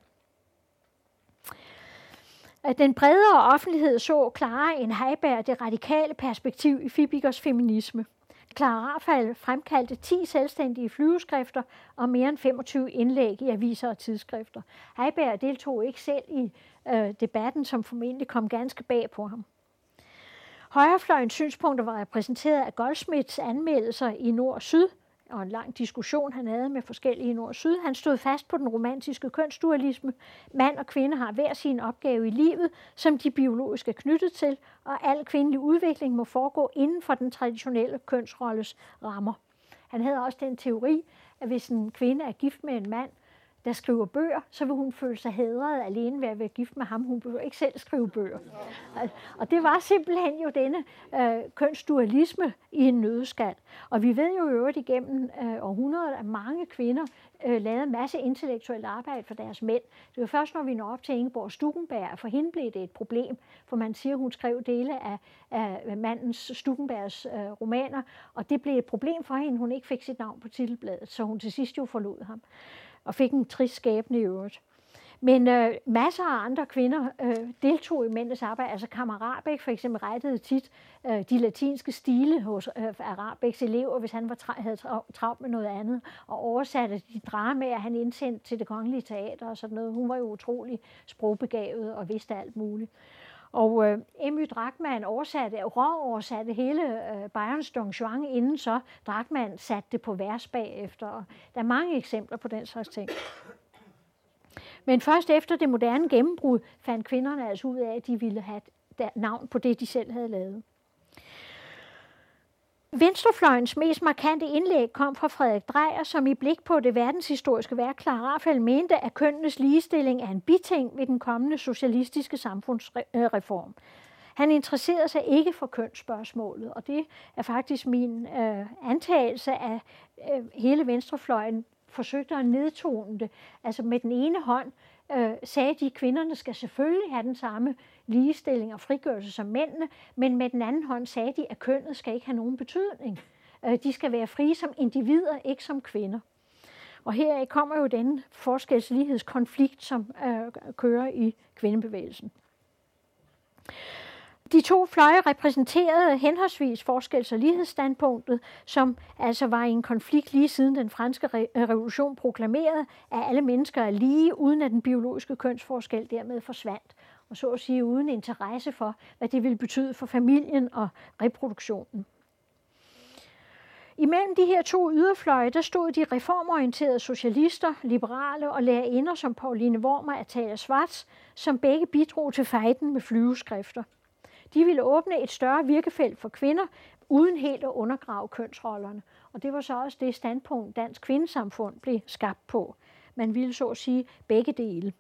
Den bredere offentlighed så Clara end Heiberg det radikale perspektiv i Fibigers feminisme. Clara Raphael fremkaldte 10 selvstændige flyveskrifter og mere end 25 indlæg i aviser og tidsskrifter. Heiberg deltog ikke selv i debatten, som formentlig kom ganske bag på ham. Højrefløjens synspunkter var repræsenteret af Goldsmiths anmeldelser i Nord og Syd, og en lang diskussion, han havde med forskellige i Nord og Syd. Han stod fast på den romantiske kønsdualisme. Mand og kvinde har hver sin opgave i livet, som de biologisk er knyttet til, og al kvindelig udvikling må foregå inden for den traditionelle kønsrolles rammer. Han havde også den teori, at hvis en kvinde er gift med en mand, der skriver bøger, så vil hun føle sig hædret alene ved at være gift med ham. Hun behøver ikke selv skrive bøger. Og det var simpelthen jo denne kønsdualisme i en nøddeskal. Og vi ved jo i øvrigt igennem århundreder, at mange kvinder lavede en masse intellektuelt arbejde for deres mænd. Det var først, når vi når op til Ingeborg Stuckenberg, at for hende blev det et problem, for man siger, at hun skrev dele af mandens Stuckenbergs romaner, og det blev et problem for hende, hun ikke fik sit navn på titelbladet, så hun til sidst jo forlod ham og fik en trist skæbne i øvrigt. Men masser af andre kvinder deltog i mændenes arbejde. Altså Kammer Rahbek for eksempel rettede tit de latinske stile hos Rahbeks elever, hvis han havde travlt med noget andet, og oversatte de dramaer, han indsendte til Det Kongelige Teater og sådan noget. Hun var jo utrolig sprogbegavet og vidste alt muligt. Og Emmy Drachmann oversatte hele Byrons Don Juan, inden så Drachmann satte det på vers bagefter. Og der er mange eksempler på den slags ting. Men først efter det moderne gennembrud fandt kvinderne altså ud af, at de ville have navn på det, de selv havde lavet. Venstrefløjens mest markante indlæg kom fra Frederik Dreyer, som i blik på det verdenshistoriske værk Clara Raphael mente, at kønnenes ligestilling er en biting ved den kommende socialistiske samfundsreform. Han interesserede sig ikke for kønsspørgsmålet, og det er faktisk min antagelse af hele venstrefløjen forsøgte at nedtone det. Altså med den ene hånd sagde de, at kvinderne skal selvfølgelig have den samme ligestilling og frigørelse som mændene, men med den anden hånd sagde de, at kønnet skal ikke have nogen betydning. De skal være frie som individer, ikke som kvinder. Og her kommer jo den forskelslighedskonflikt, som kører i kvindebevægelsen. De to fløje repræsenterede henholdsvis forskels- og lighedsstandpunktet, som altså var i en konflikt lige siden den franske revolution proklamerede, at alle mennesker er lige, uden at den biologiske kønsforskel dermed forsvandt. Og så at sige uden interesse for, hvad det ville betyde for familien og reproduktionen. Imellem de her to yderfløje, der stod de reformorienterede socialister, liberale og lærerinder som Pauline Wormer og Atalia Schwartz, som begge bidrog til fejden med flyveskrifter. De ville åbne et større virkefelt for kvinder, uden helt at undergrave kønsrollerne. Og det var så også det standpunkt, Dansk Kvindesamfund blev skabt på. Man ville så at sige begge dele.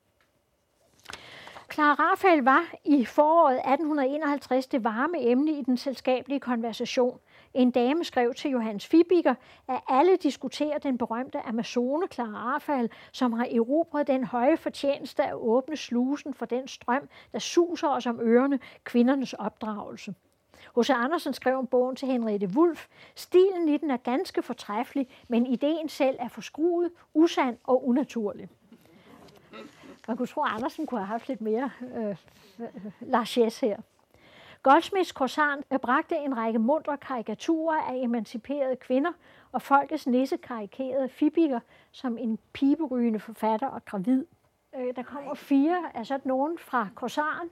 Clara Raphael var i foråret 1851 det varme emne i den selskabelige konversation. En dame skrev til Johannes Fibiger, at alle diskuterer den berømte amazone Clara Raphael, som har erobret den høje fortjeneste at åbne slusen for den strøm, der suser os om ørerne, kvindernes opdragelse. H.C. Andersen skrev om bogen til Henriette Wulff. Stilen i den er ganske fortræffelig, men ideen selv er forskruet, usand og unaturlig. Man kunne tro, at Andersen kunne have haft lidt mere largesse her. Goldsmiths Croissant bragte en række muntre karikaturer af emanciperede kvinder, og Folkets Nisse karikerede Fibiger som en piberygende forfatter og gravid. Der kommer 4 af sådan nogen fra Croissant.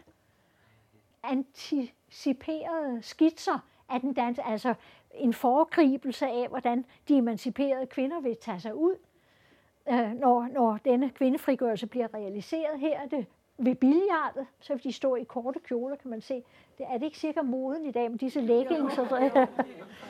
Anticiperede skitser af den danske, altså en foregribelse af, hvordan de emanciperede kvinder vil tage sig ud, når denne kvindefrigørelse bliver realiseret. Her er det ved billiardet, så vil de stå i korte kjoler, kan man se. Det er det ikke sikkert moden i dag med disse leggings.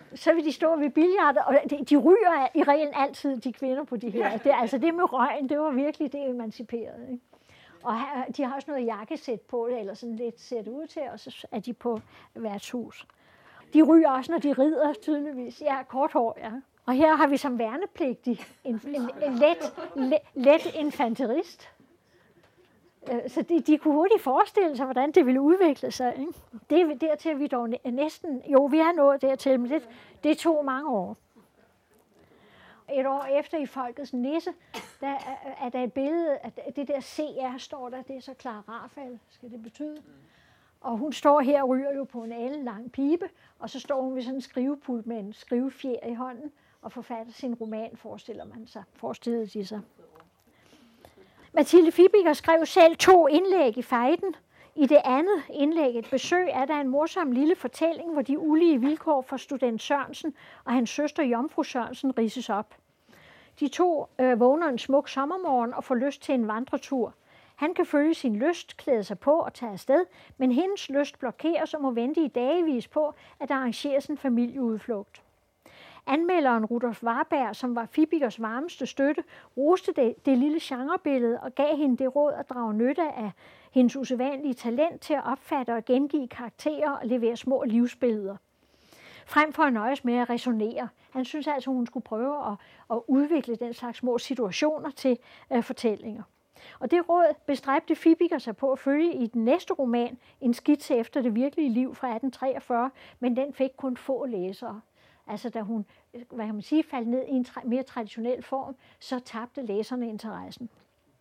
så vil de stå ved billiarder, og de ryger i reglen altid, de kvinder på de her. Det med røgen, det var virkelig det emanciperede. Ikke? Og de har også noget jakkesæt på, eller sådan lidt ser det ud til, og så er de på værtshus. De ryger også, når de rider, tydeligvis. Ja, kort hår, ja. Og her har vi som værnepligtig en let infanterist. Så de kunne hurtigt forestille sig, hvordan det ville udvikle sig. Ikke? Det er dertil, vi dog næsten... Jo, vi har nået dertil, men det tog mange år. Et år efter i Folkets Nisse, der er der et billede, at det der CR står der, det er så Clara Rafael, skal det betyde. Og hun står her og ryger jo på en lang pibe, og så står hun ved sådan en skrivepult med en skrivefjer i hånden, og forfatter sin roman, forestillede de sig. Mathilde Fibiger skrev selv 2 indlæg i Fejden. I det andet indlæg, Et besøg, er der en morsom lille fortælling, hvor de ulige vilkår for student Sørensen og hans søster Jomfru Sørensen ridses op. De 2 vågner en smuk sommermorgen og får lyst til en vandretur. Han kan følge sin lyst, klæde sig på og tage afsted, men hendes lyst blokeres og må vente i dagevis på, at der arrangeres en familieudflugt. Anmelderen Rudolf Warberg, som var Fibigers varmeste støtte, roste det lille genrebillede og gav hende det råd at drage nytte af hendes usædvanlige talent til at opfatte og gengive karakterer og levere små livsbilleder. Frem for at nøjes med at resonere. Han synes altså, hun skulle prøve at udvikle den slags små situationer til fortællinger. Og det råd bestræbte Fibiger sig på at følge i den næste roman, En skitse efter det virkelige liv fra 1843, men den fik kun få læsere. Altså da hun, faldt ned i en mere traditionel form, så tabte læserne interessen.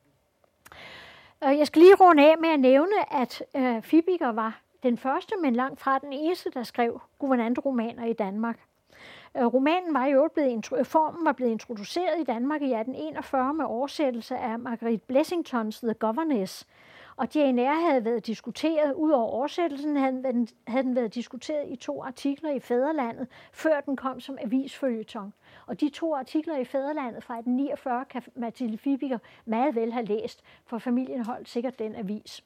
Jeg skal lige runde af med at nævne, at Fibiger var den første, men langt fra den eneste, der skrev guvernanteromaner i Danmark. Romanen formen var blevet introduceret i Danmark i 1841 med oversættelse af Marguerite Blessingtons The Governess. Og Jane Eyre havde været diskuteret, ud over oversættelsen, havde den været diskuteret i 2 artikler i Fædrelandet, før den kom som avisføljeton. Og de 2 artikler i Fædrelandet fra 1849 kan Mathilde Fibiger meget vel have læst, for familien holdt sikkert den avis.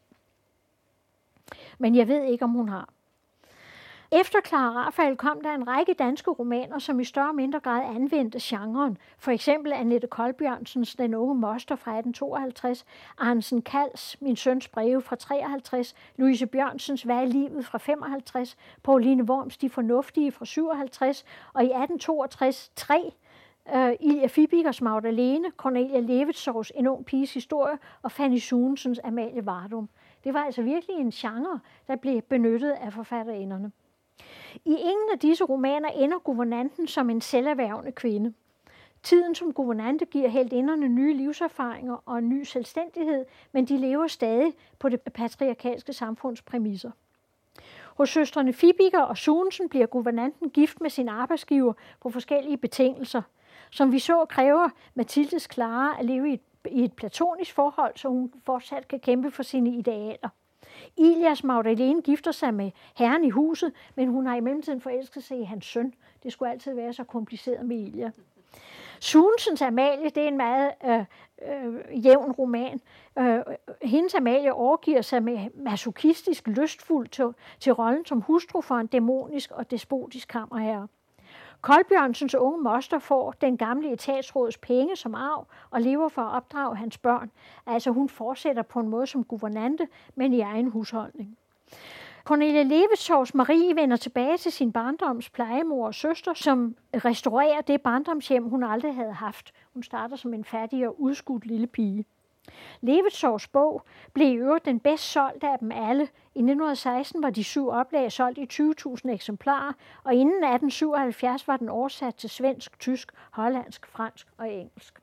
Men jeg ved ikke, om hun har. Efter Clara Rafael kom der en række danske romaner, som i større og mindre grad anvendte genren. For eksempel Annette Kolbjørnsens Den unge moster fra 1852, Arnesen Kalds Min søns breve fra 53, Louise Bjørnsens Hvad er livet fra 55, Pauline Worms De fornuftige fra 57, og i 1862 Ilja Fibigers Magdalene, Cornelia Levetzows En ung piges historie og Fanny Sundsens Amalie Vardum. Det var altså virkelig en genre, der blev benyttet af forfatterinderne. I ingen af disse romaner ender guvernanten som en selverhvervende kvinde. Tiden som guvernante giver heltinderne nye livserfaringer og en ny selvstændighed, men de lever stadig på det patriarkalske samfunds præmisser. Hos søstrene Fibiger og Sunsen bliver guvernanten gift med sin arbejdsgiver på forskellige betingelser. Som vi så, kræver Mathildes Clara at leve i et platonisk forhold, så hun fortsat kan kæmpe for sine idealer. Ilias Magdalene gifter sig med herren i huset, men hun har i mellemtiden forelsket sig i hans søn. Det skulle altid være så kompliceret med Ilia. Sunsens Amalie, det er en meget jævn roman. Hendes Amalie overgiver sig med masochistisk lystfuld til rollen som hustru for en dæmonisk og despotisk kammerherre. Kolbjørnsens unge moster får den gamle etatsråds penge som arv og lever for at opdrage hans børn. Altså hun fortsætter på en måde som guvernante, men i egen husholdning. Cornelia Levetzows Marie vender tilbage til sin barndoms plejemor og søster, som restaurerer det barndomshjem, hun aldrig havde haft. Hun starter som en fattig og udskudt lille pige. Levetzows bog blev i øvrigt den bedst solgte af dem alle. I 1916 var de 7 oplag solgt i 20.000 eksemplarer, og inden 1877 var den oversat til svensk, tysk, hollandsk, fransk og engelsk.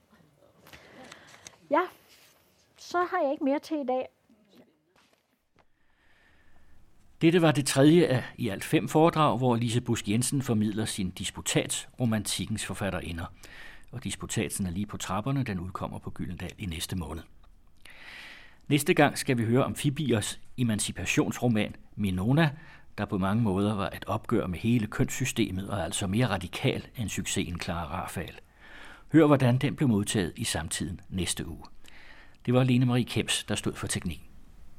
Ja, så har jeg ikke mere til i dag. Dette var det 3. af i alt 5 foredrag, hvor Lise Busk Jensen formidler sin disputats, Romantikkens forfatterinder. Og disputatsen er lige på trapperne, den udkommer på Gyldendal i næste måned. Næste gang skal vi høre om Fibigers emancipationsroman Minona, der på mange måder var et opgør med hele kønssystemet og altså mere radikal end succesen Clara Rafael. Hør, hvordan den blev modtaget i samtiden næste uge. Det var Lene Marie Kemps, der stod for teknikken.